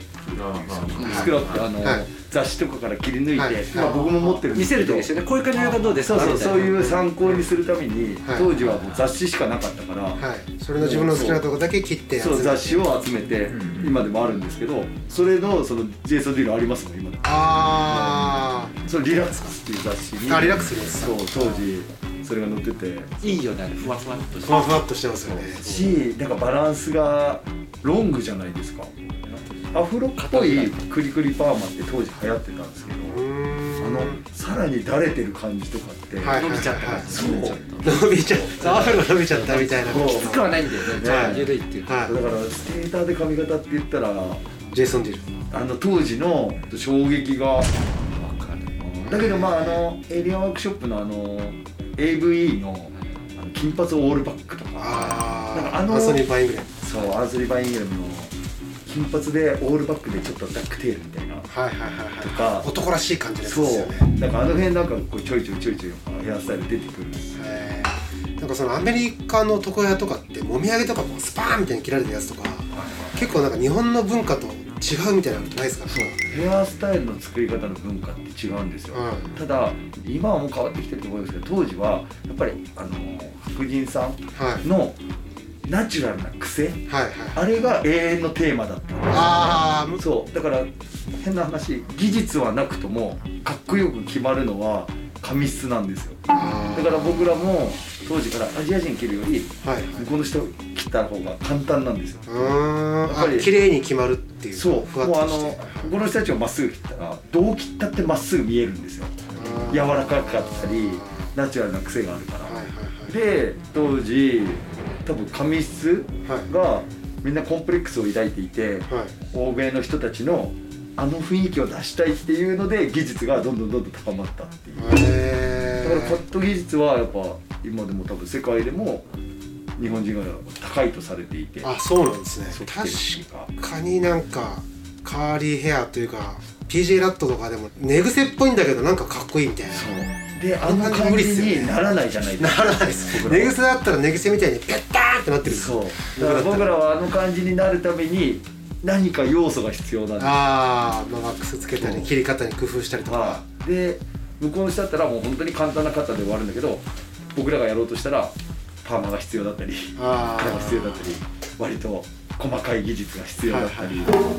Speaker 4: 雑誌とかから切り抜いて、まあ僕も持ってるん
Speaker 5: 見せ
Speaker 4: ですけど、
Speaker 5: るとですよね。こういう髪型どうですか。
Speaker 4: そういう参考にするために当時はもう雑誌しかなかったから、
Speaker 3: それの自分の好きなとこだけ切って
Speaker 4: そう雑誌を集めて今でもあるんですけど、それのそのジェイソン・ディルありますもん今でも。それリラックスっていう雑誌に
Speaker 3: リラックスです。
Speaker 4: そう当時それが載ってて
Speaker 5: いいよね。ふわふわっとして
Speaker 3: ふわふわっとしてますよね。
Speaker 4: し、なんかバランスがロングじゃないですか。アフロっぽいクリクリパーマって当時流行ってたんですけど、さらにだれてる感じとかって
Speaker 5: 伸びちゃった感じ。
Speaker 4: そう
Speaker 3: 伸びちゃったアフロが伸びちゃったみたいな。
Speaker 5: きつくはないんだよね。緩いっていうか。
Speaker 3: はい、
Speaker 4: だからスケーターで髪型って言ったら
Speaker 3: ジェイソン・ディル
Speaker 4: 当時の衝撃が。だけどまあエリアワークショップのAVE の金髪オールバックとか、なんか
Speaker 3: アンソニー・バイングレム。
Speaker 4: そうアンソニー・バイングレムの金髪でオールバックでちょっとダックテールみたいなとか、
Speaker 3: 男らしい感じのやつ
Speaker 4: そう
Speaker 3: ですよね。
Speaker 4: なんか辺なんかこうちょいちょいヘアスタイル出てくる。
Speaker 3: なんかそのアメリカの床屋とかってもみあげとかもスパーンみたいに切られたやつとか、結構なんか日本の文化と違うみたいなのないですか。
Speaker 4: そうヘアスタイルの作り方の文化って違うんですよ、ただ今はもう変わってきてると思うんですけど、当時はやっぱり白人さんのナチュラルな癖、あれが永遠のテーマだったんですよ。そうだから変な話、技術はなくともかっこよく決まるのは髪質なんですよ。だから僕らも当時からアジア人切るより向こうの人切った方が簡単なんですよ。
Speaker 3: やっぱり綺麗に決まるっていう。
Speaker 4: そうもうこの人たちをまっすぐ切ったらどう切ったってまっすぐ見えるんですよ。柔らかかったりナチュラルな癖があるから。で当時多分髪質がみんなコンプレックスを抱いていて、欧米の人たちの雰囲気を出したいっていうので技術がどんどん高まったっていう。だからカット技術はやっぱ今でも多分世界でも日本人が高いとされていて。
Speaker 3: そうなんですね。確かになんかカーリーヘアというか PJ ラットとかでも寝癖っぽいんだけどなんかかっこいいみたいな。
Speaker 4: であんな感じにならないじゃないですか。
Speaker 3: ならないです。寝癖だったら寝癖みたいにペッターってなってる。
Speaker 4: そうだから僕らは感じになるために何か要素が必要なんです。
Speaker 3: ワックスつけたり切り方に工夫したりとか。
Speaker 4: で向こうの人だったらもう本当に簡単なカッターで終わるんだけど、僕らがやろうとしたらパーマが必要だったりカラーが必要だったり割と細かい技術が必要だったり。なるほど。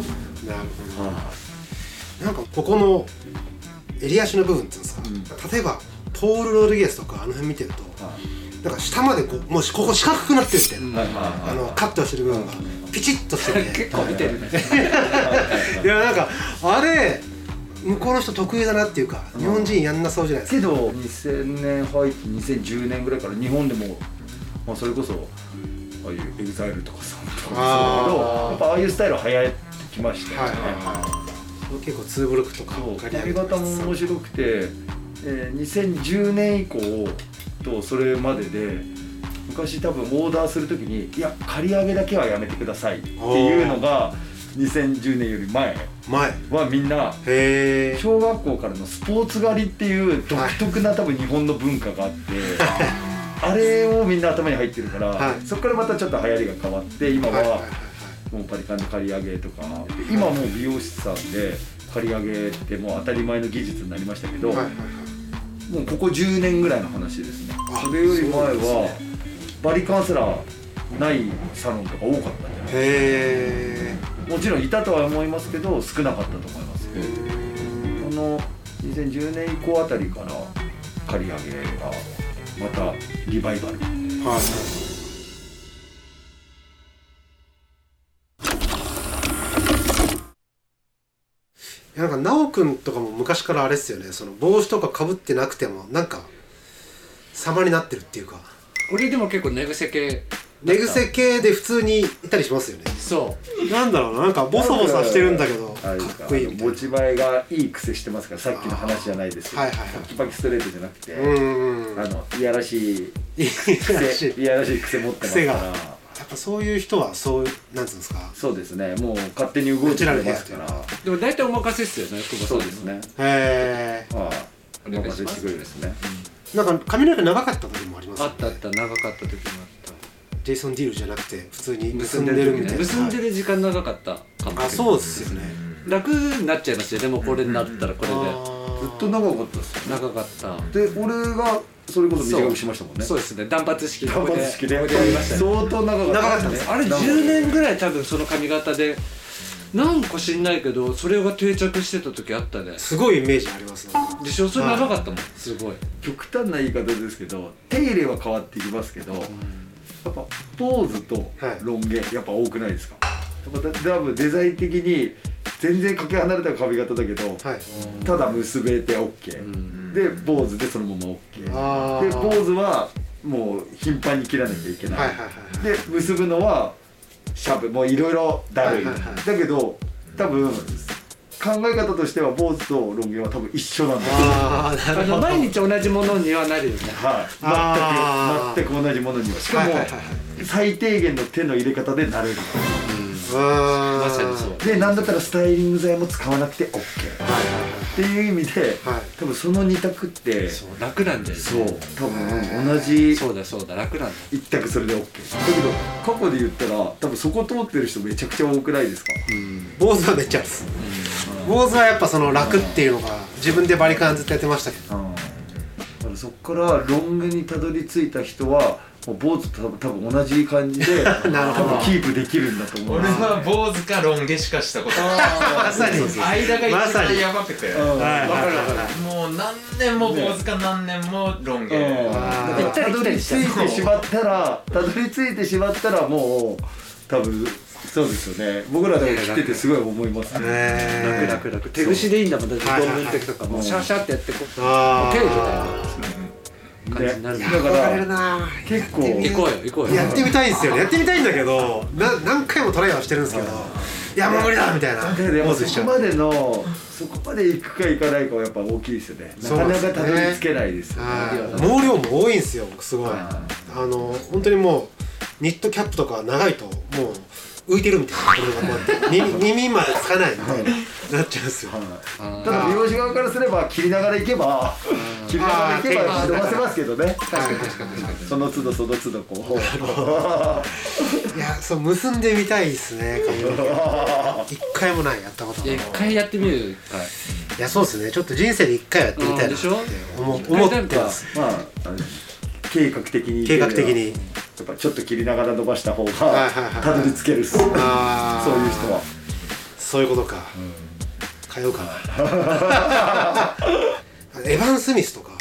Speaker 3: なんかここの襟足の部分っていうんですか、例えばポール・ロドリゲスとか辺見てるとなんか下までもうここ四角くなってるみたいな、カットしてる部分がピチッとしてて
Speaker 5: 結構見てるね。
Speaker 3: いやなんかあれ向こうの人得意だなっていうか、日本人やんなそうじゃないですか。
Speaker 4: けど2000年入って2010年ぐらいから日本でも、それこそああいうEXILEとかさんとかそうだけど、やっぱああいうスタイルは流行ってきましたよね。
Speaker 3: 結構ツーブロックとか
Speaker 4: 髪型も面白くて、2010年以降とそれまでで昔多分オーダーするときにいや刈り上げだけはやめてくださいっていうのが2010年より前はみんな小学校からのスポーツ狩りっていう独特な多分日本の文化があってあれをみんな頭に入ってるから、そこからまたちょっと流行りが変わって今はもうバリカンで刈り上げとか、今もう美容師さんで刈り上げってもう当たり前の技術になりましたけど、もうここ10年ぐらいの話ですね。それより前はバリカンすらないサロンとか多かったんじゃないですか。もちろんいたとは思いますけど少なかったと思います。2010年以降あたりから刈り上げがまたリバイバル。
Speaker 3: なんか奈くんとかも昔からあれっすよね、その帽子とかかぶってなくてもなんか様になってるっていうか。
Speaker 5: 俺でも結構寝癖系、
Speaker 3: 寝癖系で普通にいたりしますよね。
Speaker 5: そう
Speaker 3: なんだろうな、なんかボソボソしてるんだけどかっこいいみたいな。
Speaker 4: 持ち前がいい癖してますから、さっきの話じゃないですけど、
Speaker 3: はいはいはい、
Speaker 4: パキパキストレートじゃなくて、いやらしい
Speaker 3: い
Speaker 4: やらしい癖持ってますから。
Speaker 3: やっぱそういう人はそうなんつうんですか。
Speaker 4: そうですね、もう勝手に動いてくれますから。
Speaker 5: でも大体お任せっすよね、久保さん。
Speaker 4: そうですね。
Speaker 3: へえ。
Speaker 4: お任せしてくれるですね。
Speaker 3: なんか髪の毛長かった時もありますよね。
Speaker 5: あった長かった時もあった。
Speaker 3: ジェイソン・ディールじゃなくて普通に結んでるみたいな。
Speaker 5: 結んでる時間長かったかも。
Speaker 3: あ、そうですよね。
Speaker 5: 楽になっちゃいますよ。でもこれになったらこれで
Speaker 4: ずっと長かったですよね。
Speaker 5: 長かった。
Speaker 4: で、俺がそれこそ短くしましたもんね。
Speaker 5: そうですね、断髪式で
Speaker 4: 断髪式で
Speaker 5: ここでやりましたね。
Speaker 4: 相当長かったですね。
Speaker 5: あれ10年ぐらい多分その髪型でなんか知んないけどそれが定着してた時あったね。
Speaker 3: すごいイメージありますね。
Speaker 5: でしょ、それ長かったもん、すごい。
Speaker 4: 極端な言い方ですけど、手入れは変わっていきますけど、やっぱ坊主とロン毛やっぱ多くないですか。やっぱ多分デザイン的に全然かけ離れた髪型だけど、ただ結べて OK、で坊主でそのまま OK で、坊主はもう頻繁に切らなきゃいけない、で結ぶのはシャープ、もういろいろだるい、だけど多分考え方としては坊主とロン毛は多分一緒なんだよ。
Speaker 5: 毎日同じものにはなるよね。
Speaker 4: はい、全く同じものには。しかも最低限の手の入れ方でなれる。
Speaker 5: まさにそう。
Speaker 4: で、なんだったらスタイリング剤も使わなくて OK っていう意味で、多分その2択って
Speaker 5: 楽なんだよね。
Speaker 4: そう、多分同じ、
Speaker 5: そうだそうだ、楽なんだ。
Speaker 4: 一択それで OK。だけど過去で言ったら多分そこ通ってる人めちゃくちゃ多くないですか。
Speaker 3: 坊主はめっちゃです。坊主はやっぱその楽っていうのが自分でバリカンずっとやってましたけど、
Speaker 4: だからそこからロン毛にたどり着いた人はもう坊主と多分同じ感じで多分キープできるんだと思う。
Speaker 8: 俺は坊主かロン毛しかしたことない。
Speaker 3: まさに
Speaker 8: 間が一番やばくて、
Speaker 3: わかる。
Speaker 8: もう何年も坊主か何年もロン毛。
Speaker 4: たどり着いてしまったらもう多分そうですよね。僕らでも切っててすごい思いますね。
Speaker 5: 楽手ぐしでいいんだもん。だって論文の時とかもシャーシャーってやってこう手みたいな感じになる。
Speaker 4: だから結構
Speaker 5: 行こうよ。
Speaker 3: やってみたいんですよね。やってみたいんだけど、何回もトライはしてるんですけど、いやもう無理だみたいな。
Speaker 4: そこまで行くか行かないかはやっぱ大きいですよね。なかなかたどり着けないですよね。
Speaker 3: 毛量も多いんですよ、僕すごい。本当にもうニットキャップとか長いともう浮いてるみたいな、これがこうやって耳までつかないみたいになっちゃうんですよ。
Speaker 4: ただ美容師側からすれば切りながら行けば伸ばせますけどね。確かにその都度こ
Speaker 3: ういや、そう結んでみたいですね、髪の毛。一回もない、やったことない。
Speaker 5: 一回やってみる。
Speaker 3: いや、そうですね、ちょっと人生で一回やってみたいなって思ってます。
Speaker 4: 計画的にやっぱちょっと切りながら伸ばした方がたどり着けるっす。そういう人は
Speaker 3: そういうことか。通うかな。エヴァン・スミスとか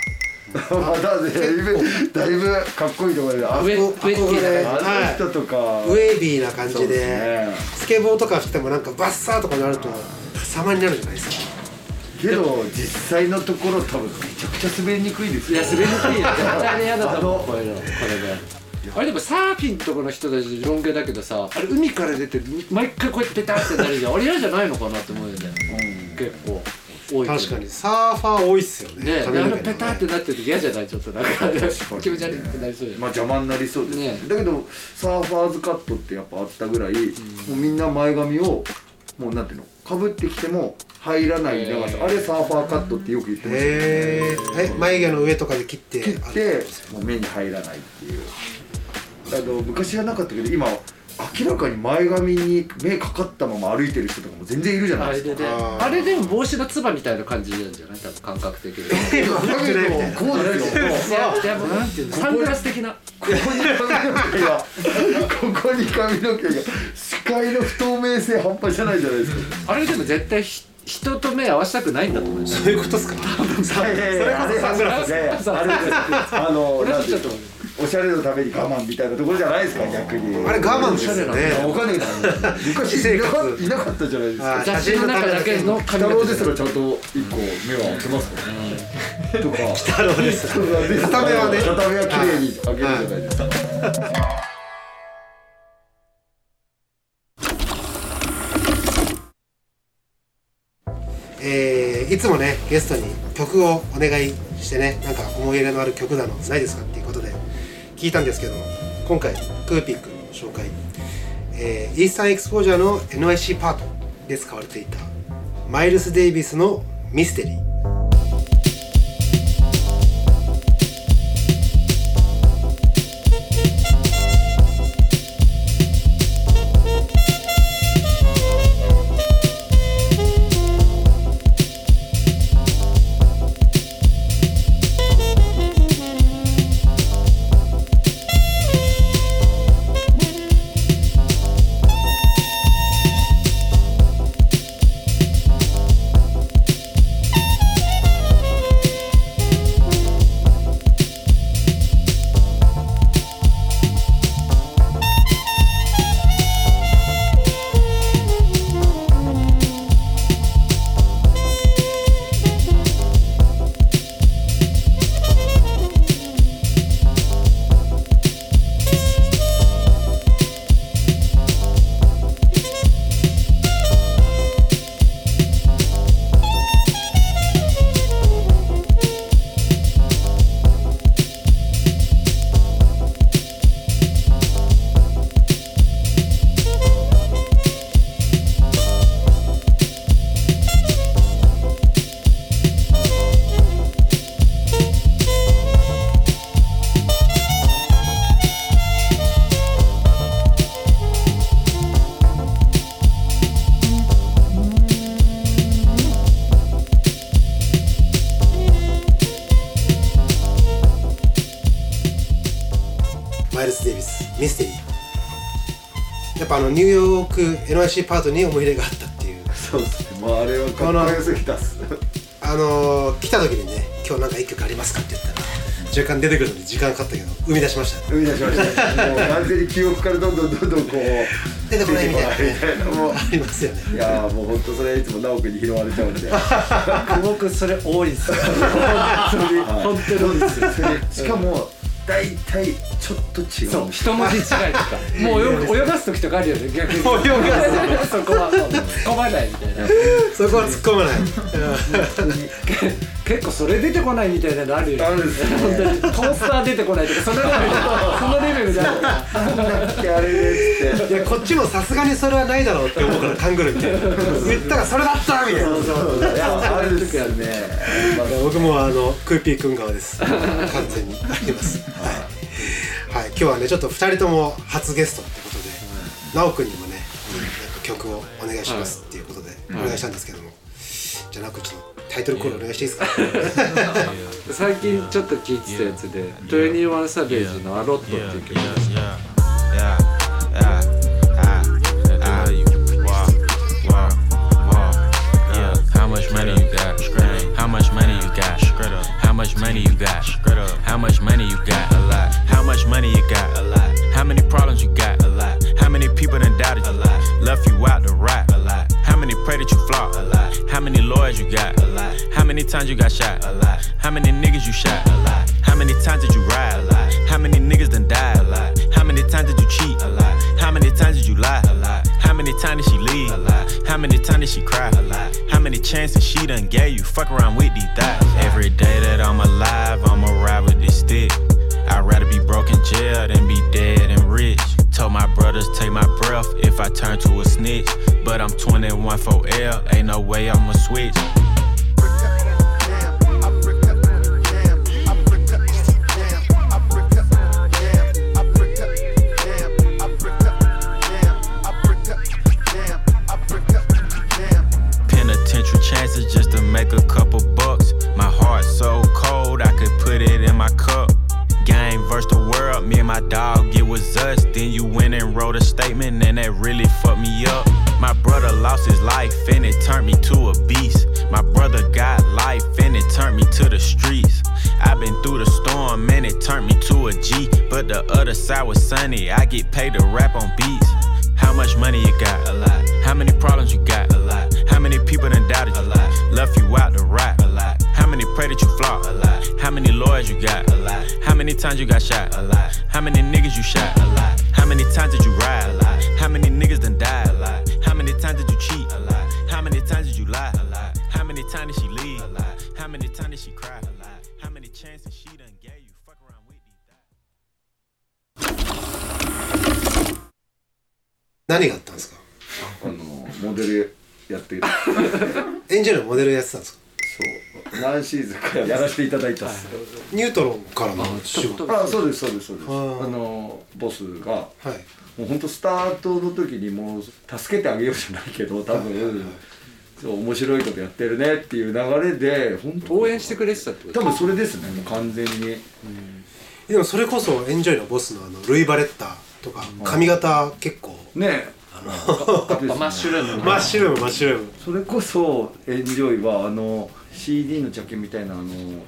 Speaker 4: だいぶかっこいいところで、あの人とか
Speaker 3: ウェービーな感じでスケボーとかしてもなんかバッサーとかなると様になるじゃないですか。
Speaker 4: けど実際のところ多分めちゃくちゃ滑りにくいですよ。
Speaker 5: いや、滑りにくいよ。絶対に嫌だと思う、これで。あれでもサーフィンとかの人たちロン毛だけどさ、あれ海から出て毎回こうやってペタってなるじゃん。あれ嫌じゃないのかなって思うよね。結構多い。確
Speaker 3: かにサーファー多いっすよね。
Speaker 5: あのペタってなってる時嫌じゃない？ちょっとなんか気持ち悪くなりそうで。
Speaker 4: まあ邪魔になりそうですね。だけどサーファーズカットってやっぱあったぐらい、もうみんな前髪をもうなんていうの、かぶってきても入らない長さ、あれサーファーカットってよく言ってましたよね。
Speaker 3: 眉毛の上とかで切って
Speaker 4: もう目に入らないっていう。昔はなかったけど今明らかに前髪に目かかったまま歩いてる人とかも全然いるじゃないですか。
Speaker 5: あれでも帽子のつばみたいな感じなんじゃない？多分感覚的に。
Speaker 4: こうですよ。
Speaker 5: でもなんていうの、サングラス的な。
Speaker 4: ここに髪の毛が視界の不透明性半端じゃないじゃないですか。
Speaker 5: あれでも絶対人と目合わせたくないんだと思う。
Speaker 3: そういうことですか？それこそサングラス。
Speaker 5: 俺もちょっと
Speaker 4: おしゃれのために我慢みたいなところじゃないですか逆に。
Speaker 3: あれ我慢ですよね。
Speaker 4: わかんないけど昔いなかったじゃないですか。
Speaker 5: 写真の中だけの
Speaker 4: 北郎ですらちゃんと一個目は開けますからね。とか
Speaker 3: 北郎です片目はね、
Speaker 4: 片目は綺麗に開けるじゃないですか。
Speaker 3: いつもねゲストに曲をお願いしてね、なんか思い入れのある曲なのないですかっていうことで聞いたんですけども、今回クーピックの紹介、イースタンエクスポージャーの NYC パートで使われていたマイルス・デイビスのミステリー。マイルス・デイビスミステリー。やっぱニューヨーク NYC パートに思い入れがあったっていう。
Speaker 4: そうですね。まああれはかっこよすぎたっす。
Speaker 3: 来た時にね、今日なんか一曲ありますかって言ったら若干出てくるのに時間かかったけど生み出しましたね。
Speaker 4: 生み出しましたね。もう完全に記憶からどんどんこう
Speaker 3: 出てこないみたいなね。もうありますよね。
Speaker 4: いやもう本当それいつも直君に拾われちゃうんで。
Speaker 5: 久保君それ多いっすよ。本当に多いっすよ。
Speaker 4: しかも大体ちょっと違う。
Speaker 5: そう、一文字違いとか。もう泳がす時とかあるよね、逆に。泳がす。そこはもう突っ込まないみたいな。
Speaker 3: そこは突っ込まない。
Speaker 5: 結構それ出てこないみたいなのあるよね。
Speaker 4: あるんですよ。
Speaker 5: 本当にトースター出てこないとかそのレベルじゃない。
Speaker 4: あれでっつって。
Speaker 3: いやこっちもさすがにそれはないだろうって思うから勘ぐるみたいな。言ったらそれだったみたいな。
Speaker 4: いやある時はね。
Speaker 3: 僕もクーピーくん側です。完全にあります。はい、今日はねちょっと2人とも初ゲストってことで、直くんにもね曲をお願いしますっていうことでお願いしたんですけども、じゃあ直くんちょっとタイトルコールお願いしていいですか。
Speaker 5: 最近ちょっと聴いてたやつで21サベージの「アロット」っていう曲です。
Speaker 1: How much money you got? How much money you got? How much money you got? How much money you got? A lot. How much money you got? A lot. How many problems you got? A lot. How many people done doubted you? A lot. Left you out to rot? A lot. How many pray that you flop? A lot. How many lawyers you got? A lot. How many times you got shot? A lot. How many niggas you shot? A lot. How many times did you ride? A lot. How many niggas done died? A lot. How many times did you cheat? A lot. How many times did you lie? A lot. How many times did she leave? A lot. How many times did she cry? A lot. How many chances she done gave you? Fuck around with these thighs. Every day that I'm alive, I'ma ride with this stick. I'd rather be broke in jail than be dead and rich. Told my brothers take my breath if I turn to a snitch. But I'm 21 for L, ain't no way I'ma switch. Penitentiary chances just to make a couple bucks. My heart so cold I could put it in my cup. Game versus the world, me and my dog, it was us. Then you went and wrote a statement and that really fucked me up. My brother lost his life and it turned me to a beast. My brother got life and it turned me to the streets. I've been through the storm and it turned me to a G. But the other side was sunny, I get paid to rap on beats. How much money you got? A lot. How many problems you got? A lot. How many people done doubted you? A lot. Left you out to rap? A lot. How many pray that you flop? A lot. How many lawyers you got? A lot. How many times you got shot? A lot. How many niggas you shot? A lot. How many times did you ride? A lot. How many niggas done died? A lot. How many times did you cheat? A lot. How many times did you lie? A lot. How many times did she leave? A lot. How many times did she cry? A lot. How many chances she done gave you? Fuck around with these guys.
Speaker 3: 何があったんですか？
Speaker 4: モデルやってる
Speaker 3: エンジェルのモデルやってたんですか？
Speaker 4: そう何シーズンかやらせていただいたっす。
Speaker 3: ニュートロンからの仕事。
Speaker 4: そうですボスが、もうほんとスタートの時にもう助けてあげようじゃないけど多分、そう面白いことやってるねっていう流れで本当
Speaker 5: 応援してくれてたってこと？
Speaker 4: 多分それですね、もう完全に。
Speaker 3: でもそれこそエンジョイのボスのルイ・バレッタとか髪型結構
Speaker 4: ね
Speaker 5: マッシュルーム
Speaker 3: マッシュルーム
Speaker 4: それこそエンジョイはCD のジャケみたいな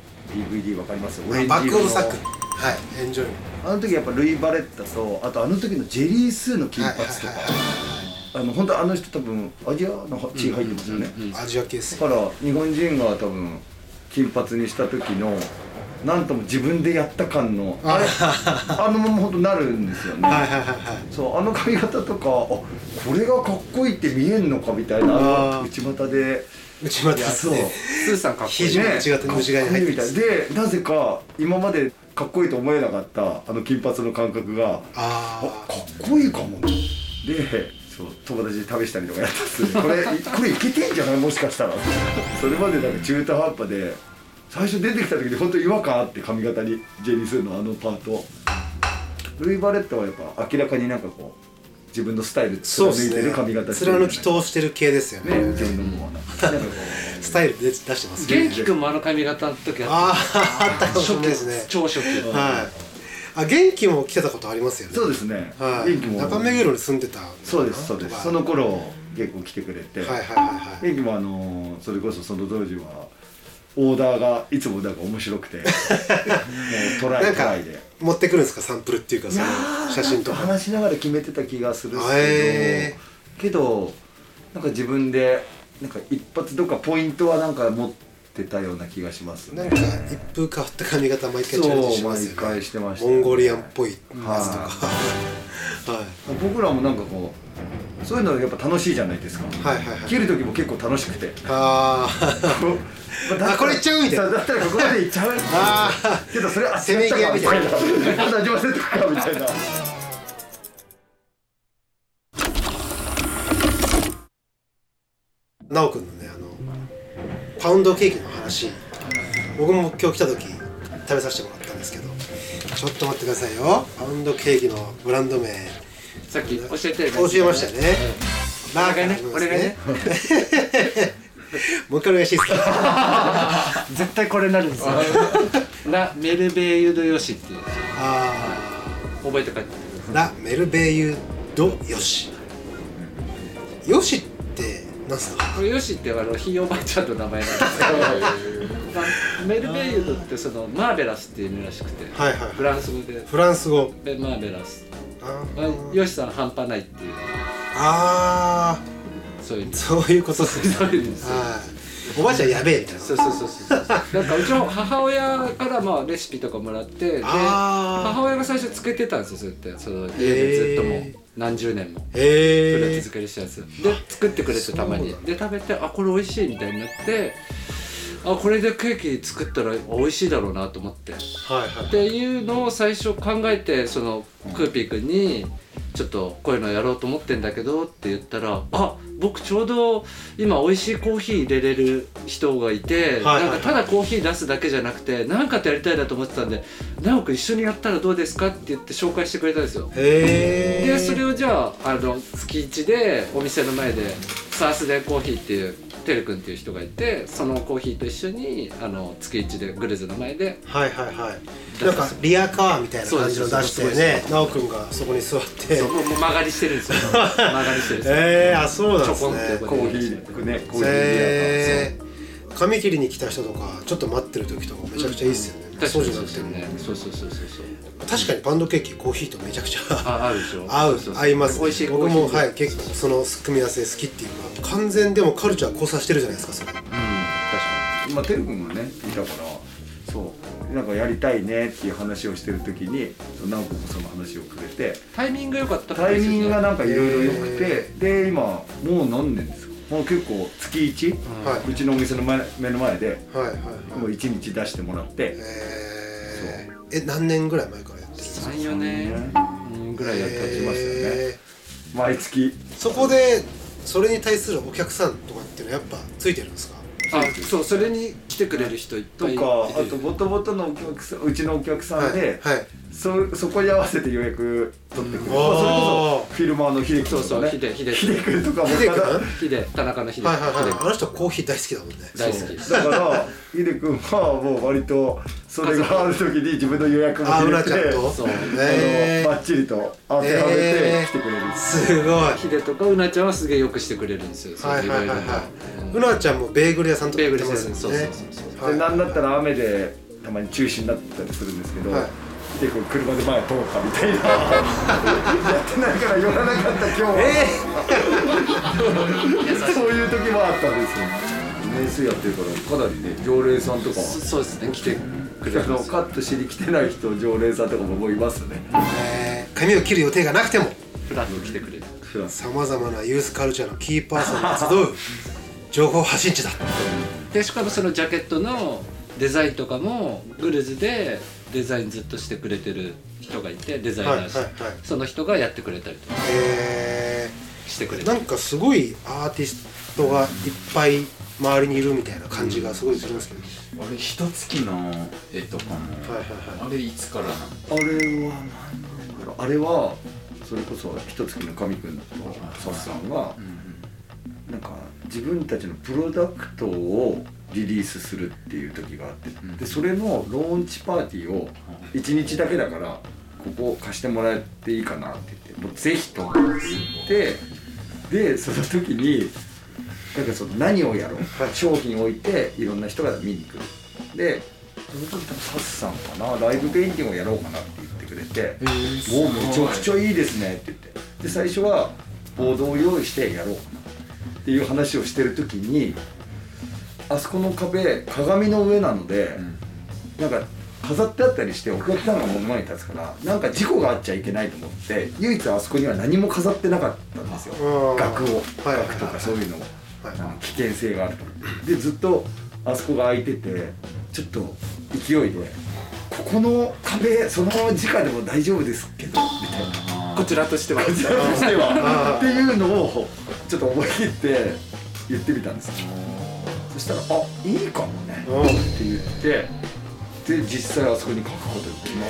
Speaker 4: DVD わかりますよ？オレンジ色の
Speaker 3: バックオブサック、はいエンジョイ
Speaker 4: あの時やっぱルイ・バレッタとあとあの時のジェリー・スーの金髪とか本当あの人多分アジアの血入ってますよね、
Speaker 3: アジア系です
Speaker 4: だから日本人が多分金髪にした時のなんとも自分でやった感のあのまま本当なるんですよね。そうあの髪型とかこれがかっこいいって見えんのかみたいな内股で
Speaker 3: そう
Speaker 5: スーさんかっこいい
Speaker 3: ね内側に入って
Speaker 4: てでなぜか今までかっこいいと思えなかった金髪の感覚がかっこいいかもでそう友達で試したりとかやったんですよこれいけてんじゃないもしかしたらそれまでなんか中途半端で最初出てきた時に本当に違和感あって髪型にジェリー・スーのパートルイ・バレットはやっぱ明らかになんかこう自分のスタイル貫いてる髪型してる、
Speaker 3: 貫き通してる系ですよね
Speaker 4: 自分のものは
Speaker 3: スタイルで出してます
Speaker 5: ね。元気くんも髪型の時
Speaker 3: あったかもしれないですね。
Speaker 5: 超初期
Speaker 3: 元気も来てたことありますよね。
Speaker 4: そうですね。
Speaker 3: 元気も中目黒に住んでた。
Speaker 4: そうですそうです。その頃結構来てくれて、元気もそれこそその当時はオーダーがいつもなんか面白くて、もうトライで
Speaker 3: 持ってくるんですかサンプルっていうかその写真とか。
Speaker 4: 話しながら決めてた気がするんですけどなんか自分でなんか一発どっかポイントはなんか持ってたような気がしますね。
Speaker 3: なんか一風変わった髪型毎回チャレンジしますよね。
Speaker 4: 毎回してました、
Speaker 3: モンゴリアンっぽいやつとか。
Speaker 4: 僕らもなんかこうそういうのやっぱ楽しいじゃないですか。切る時も結構楽しくて。
Speaker 3: これいっちゃうみたいな。
Speaker 4: だったらここまでいっちゃう。けどそれ
Speaker 3: せめぎ合いみたいな。
Speaker 4: まだ味わせとくかみたいな。
Speaker 3: なおくんのねパウンドケーキの話、僕も今日来た時食べさせてもらったんですけど、ちょっと待ってくださいよ。パウンドケーキのブランド名
Speaker 5: さっき教えました
Speaker 3: よね。
Speaker 5: お願いね
Speaker 3: もう一回お願いしていいですか。
Speaker 5: 絶対これになるんですよ。ラ・メルベイユド・ヨシっていう覚えて帰って
Speaker 3: ラ・メルベイユド・ヨシ。ヨシって何すか。
Speaker 5: これヨシってひいおばあちゃんの名前なんですけどメルベイユドってそのマーベラスっていう意味らしくて、フランス語でマーベラスヨシさん半端ないっていう、
Speaker 3: そういうことですね。おばあちゃんやべえみたいな。
Speaker 5: そうなんかうちの母親からレシピとかもらって、で母親が最初作ってたんですよ。そうやってその家でずっともう何十年もフル続けるしたやつで作ってくれて、たまにで食べてこれ美味しいみたいになって、これでケーキ作ったら美味しいだろうなと思って、っていうのを最初考えて、そのクーピー君にちょっとこういうのやろうと思ってんだけどって言ったら、僕ちょうど今美味しいコーヒー入れれる人がいて、なんかただコーヒー出すだけじゃなくて何かとやりたいなと思ってたんで、直く一緒にやったらどうですかって言って紹介してくれたんですよ。でそれをじゃあ月1でお店の前でサースデンコーヒーっていうてるくんっていう人がいて、そのコーヒーと一緒に月1でグルズの前で
Speaker 3: なんかリアカーみたいな感じの出してね、なおくんがそこに座って
Speaker 5: もう曲がりしてるんですよ。曲がりしてるんですよ。
Speaker 3: そうなんですね。
Speaker 4: コーヒーね、コーヒーリアカー。
Speaker 3: 髪切りに来た人とかちょっと待ってる時とかめちゃくちゃいいっすよね、そうじゃなくてもね。
Speaker 5: そう
Speaker 3: 確かにパンドケーキコーヒーとめちゃくちゃ
Speaker 5: 合うでしょ。
Speaker 3: 合います、ね、
Speaker 5: 美味しい。
Speaker 3: 僕もはい結構その組み合わせ好きっていうか、完全でもカルチャー交差してるじゃないですかそれ。
Speaker 4: 確かに。まあてるくんがねいたからそうなんかやりたいねっていう話をしてる時に直子もその話をくれて、
Speaker 5: タイミング良かった
Speaker 4: タイミングがなんかいろいろ良くて、で今もう何年ですか、もう結構月1、うちのお店の目の前でもう1日出してもらって、
Speaker 3: 何年ぐらい前からやってるんですか
Speaker 5: ？3、4年ぐらいやって
Speaker 4: ましたよね、毎月。
Speaker 3: そこでそれに対するお客さんとかっていうのはやっぱついてるんですか？
Speaker 5: そう、それに来てくれる人いっぱいいて、
Speaker 4: とか、あとボトボトのお客さん、うちのお客さんで、そこに合わせて予約取ってくれる、それこそフィルマーの秀樹とかね、秀君とかも
Speaker 5: 田中の秀君、
Speaker 3: あの人コーヒー大好きだもんね。
Speaker 5: 大好き
Speaker 4: だから秀君はもう割とそれがある時に自分の予約も入れてバッチリと当てはめて来てくれる。
Speaker 3: すごい。
Speaker 5: 秀とかうなちゃんはすげえよくしてくれるんですよ。
Speaker 3: うなちゃんもベーグル屋さんとかやってますよね。
Speaker 4: でなんだったら雨でたまに中止になったりするんですけど、秀君車で前通ったみたいなやってないから寄らなかった今日はそういう時もあったんですよ。年数やってるからかなりね常連さんとか
Speaker 5: そうですね来てくれる。
Speaker 4: カットしに来てない人常連さんとかもいますね。
Speaker 3: 髪を切る予定がなくても
Speaker 5: フラッと来てくれる。
Speaker 3: さまざまなユースカルチャーのキーパーソンが集う情報発信地だ。
Speaker 5: でしかもそのジャケットのデザインとかもグルズでデザインずっとしてくれてる人がいて、デザイナーその人がやってくれたりとかしてくれる。
Speaker 3: なんかすごいアーティストがいっぱい周りにいるみたいな感じがすごいするんですけど、
Speaker 8: あれ一月の絵とかもあれいつからなの？
Speaker 4: あれは何だろう、あれはそれこそ一月の神くんとサスさんがなんか自分たちのプロダクトをリリースするっていう時があって、でそれのローンチパーティーを1日だけだからここ貸してもらっていいかなって言って、もうぜひと言って、でその時になんかその何をやろう、商品を置いていろんな人が見に来る。でその時多分サスさんかな、ライブペインティングをやろうかなって言ってくれて、もうめちゃくちゃいいですねって言って、で最初はボードを用意してやろうかなっていう話をしてる時に、あそこの壁鏡の上なので、なんか飾ってあったりしてお客さんが目の前に立つからなんか事故があっちゃいけないと思って、唯一あそこには何も飾ってなかったんですよ、額とかそういうのを、危険性があると。でずっとあそこが開いてて、ちょっと勢いでここの壁そのまま直でも大丈夫ですけどみたいな、
Speaker 5: こちらとしては
Speaker 4: っていうのをちょっと思い切って言ってみたんですよ。そしたら「あ、いいかもね」って言って、で実際あそこに描くことが決まって、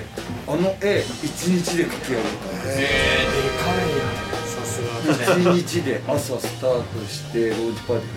Speaker 4: あの絵1日で描き上げたんですよ。
Speaker 3: さすが
Speaker 4: 1日で朝スタートしてローンチパーティー始まって、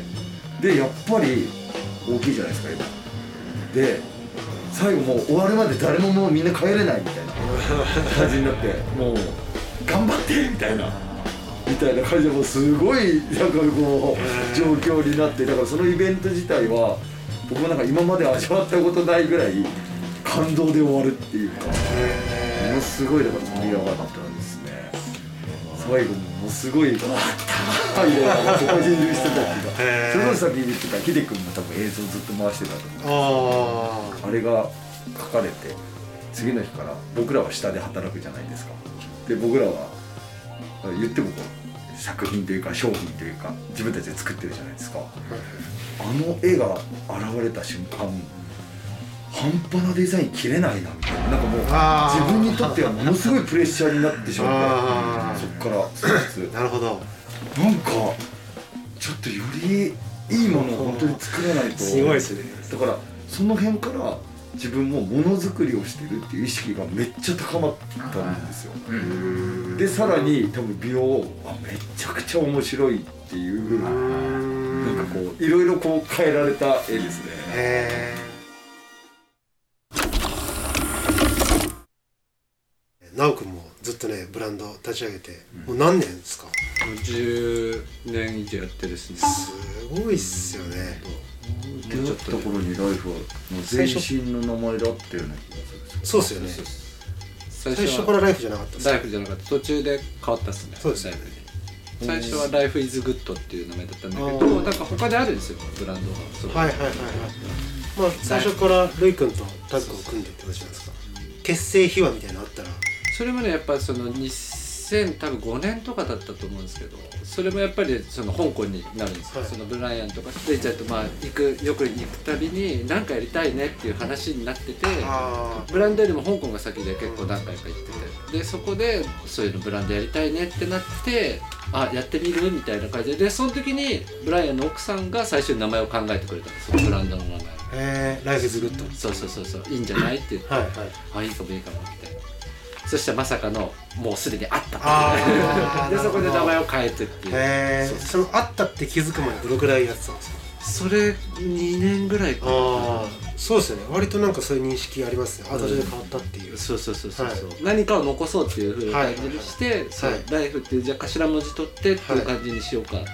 Speaker 4: でやっぱり大きいじゃないですか今で、最後もう終わるまで誰ももうみんな帰れないみたいな感じになって、もう頑張ってみたいな感じで、もうすごいなんかこう状況になって、だからそのイベント自体は僕もなんか今まで味わったことないぐらい感動で終わるっていうか、ものすごいだから盛り上がったんですね。最後ものすごい「終わったー」みたいな、そこにいる人たちが、それこそさっき言ってたヒデ君も多分映像ずっと回してたと思う。あれが書かれて、次の日から僕らは下で働くじゃないですか。で僕らは言ってもこう作品というか商品というか自分たちで作ってるじゃないですか。あの絵が現れた瞬間、半端なデザイン切れないなみたいな、なんかもう自分にとってはものすごいプレッシャーになってしまって、そっから少し
Speaker 3: なるほど、
Speaker 4: なんかちょっとよりいいものを本当に作らないと。
Speaker 3: すごいですね。
Speaker 4: だからその辺から自分もものづくりをしてるっていう意識がめっちゃ高まったんですよ。でさらに多分美容めちゃくちゃ面白いっていうなんかこういろいろこう変えられた絵ですね。直くんもずっ
Speaker 3: とねブランド立ち上げてもう何年ですか？
Speaker 6: もう10年以上やってるですね。
Speaker 3: すごいっすよね。
Speaker 4: 出会った頃にライフはもう全身の名前だったよね。
Speaker 3: そうっすよね。最初からライフじゃなかったっす。
Speaker 6: ライフじゃなかった。途中で変わったっすね。
Speaker 3: そうですね。
Speaker 6: 最初はライフイズグッドっていう名前だったんだけど、なんか他であるんですよブランドが。
Speaker 3: はいはいはいはい。まあ最初からルイ君とタッグを組んでって話なんですか？結成秘話みたいなのあったら。
Speaker 6: それもねやっぱその2005年とかだったと思うんですけど、それもやっぱりその香港になるんですよ、はい、そのブライアンとかレイちゃんとまあよく行くたびに何かやりたいねっていう話になってて、ブランドよりも香港が先で結構何回か行ってて、でそこでそういうのブランドやりたいねってなって、あやってみるみたいな感じで、その時にブライアンの奥さんが最初に名前を考えてくれたんですよ、ブランドの名前。
Speaker 3: ライフイズグッド。
Speaker 6: そういいんじゃないって言って、はいはい、あいいかもいいかもみたいな。そしたらまさかのもうすでにあったってでそこで名前を変えてっていう。
Speaker 3: そのあったって気づくまでどのくらいやってたんですか？
Speaker 6: それ2年ぐらいかな。
Speaker 3: そうですよね。割となんかそういう認識ありますね。それで変わったっていう。
Speaker 6: そう、はい、何かを残そうっていう風な感じにして、ライフっていうじゃあ頭文字取ってっていう感じにしようかって。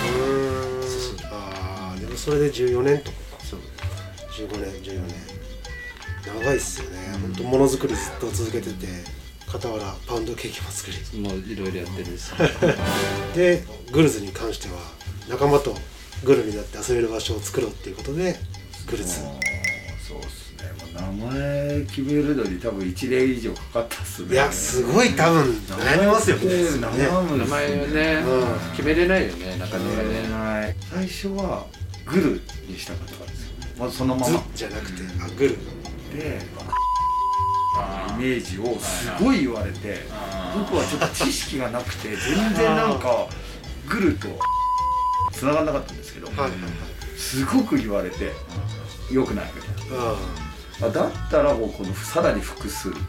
Speaker 3: でもそれで14年とかか。そう。14年。長いっすよね。本当ものづくりずっと続けてて、傍らパウンドケーキも作り。
Speaker 6: もういろいろやってるし。
Speaker 3: でグルズに関しては仲間とグルになって遊べる場所を作ろうっていうことでグルズ。
Speaker 4: そうですね。名前決めるのに多分1年以上かかったっすね。
Speaker 3: いやすごい多分悩みますよね。
Speaker 6: 名前をね、決めれないよね、なかなかね。
Speaker 4: 最初はグルにしたかったからですよね。まずそのまま。
Speaker 3: じゃなくてグル
Speaker 4: で。イメージをすごい言われて、僕はちょっと知識がなくて全然なんかグルと繋がんなかったんですけど、すごく言われて良くないみたいな。だったらもうこのさらに複数っていう。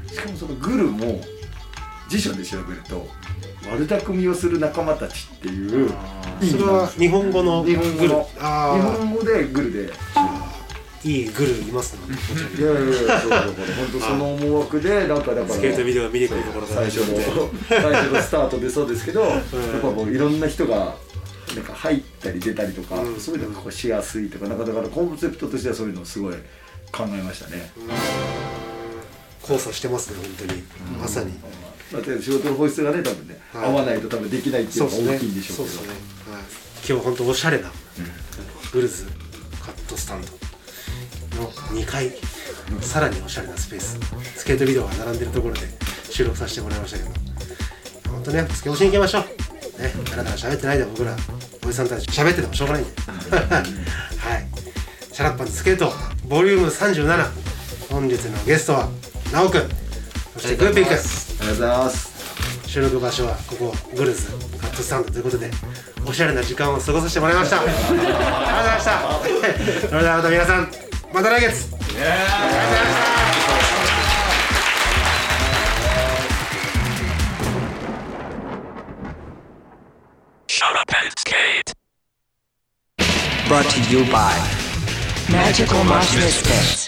Speaker 4: しかもそのグルも辞書で調べると悪巧みをする仲間たちっていう。
Speaker 3: それは日本語のグル。日
Speaker 4: 本語でグルで。
Speaker 3: いいグルいますね。
Speaker 4: いやそう本当その思惑でなんかだから
Speaker 3: スケートビデオ見に来るところから
Speaker 4: 最初のスタートでそうですけど、やっぱもういろんな人がなんか入ったり出たりとか、そういうのがしやすいとか、なんかだからコンセプトとしてはそういうのをすごい考えましたね。
Speaker 3: 交差してますね本当に、まさに。
Speaker 4: だって仕事の本質がね多分ね、合わないと多分できないっていうのが大きいんでしょうけど。
Speaker 3: 今日本当おしゃれなグルズカットスタンドの2階、さらにおしゃれなスペース、スケートビデオが並んでるところで収録させてもらいましたけど、本当ねスケボーしに行きましょうね。だらだら喋ってないで僕らおじさんたち喋っててもしょうがないんではい、シャラッパンスケートボリューム37、本日のゲストはなおくん、そしてグーピーくん、ありが
Speaker 4: とうございます。
Speaker 3: 収録場所はここグルズカットスタンドということで、おしゃれな時間を過ごさせてもらいました。ありがとうございましたそれではまた皆さんまた来月。ありがとうございま
Speaker 2: した。Brought to you by Magical Mosh Misfits.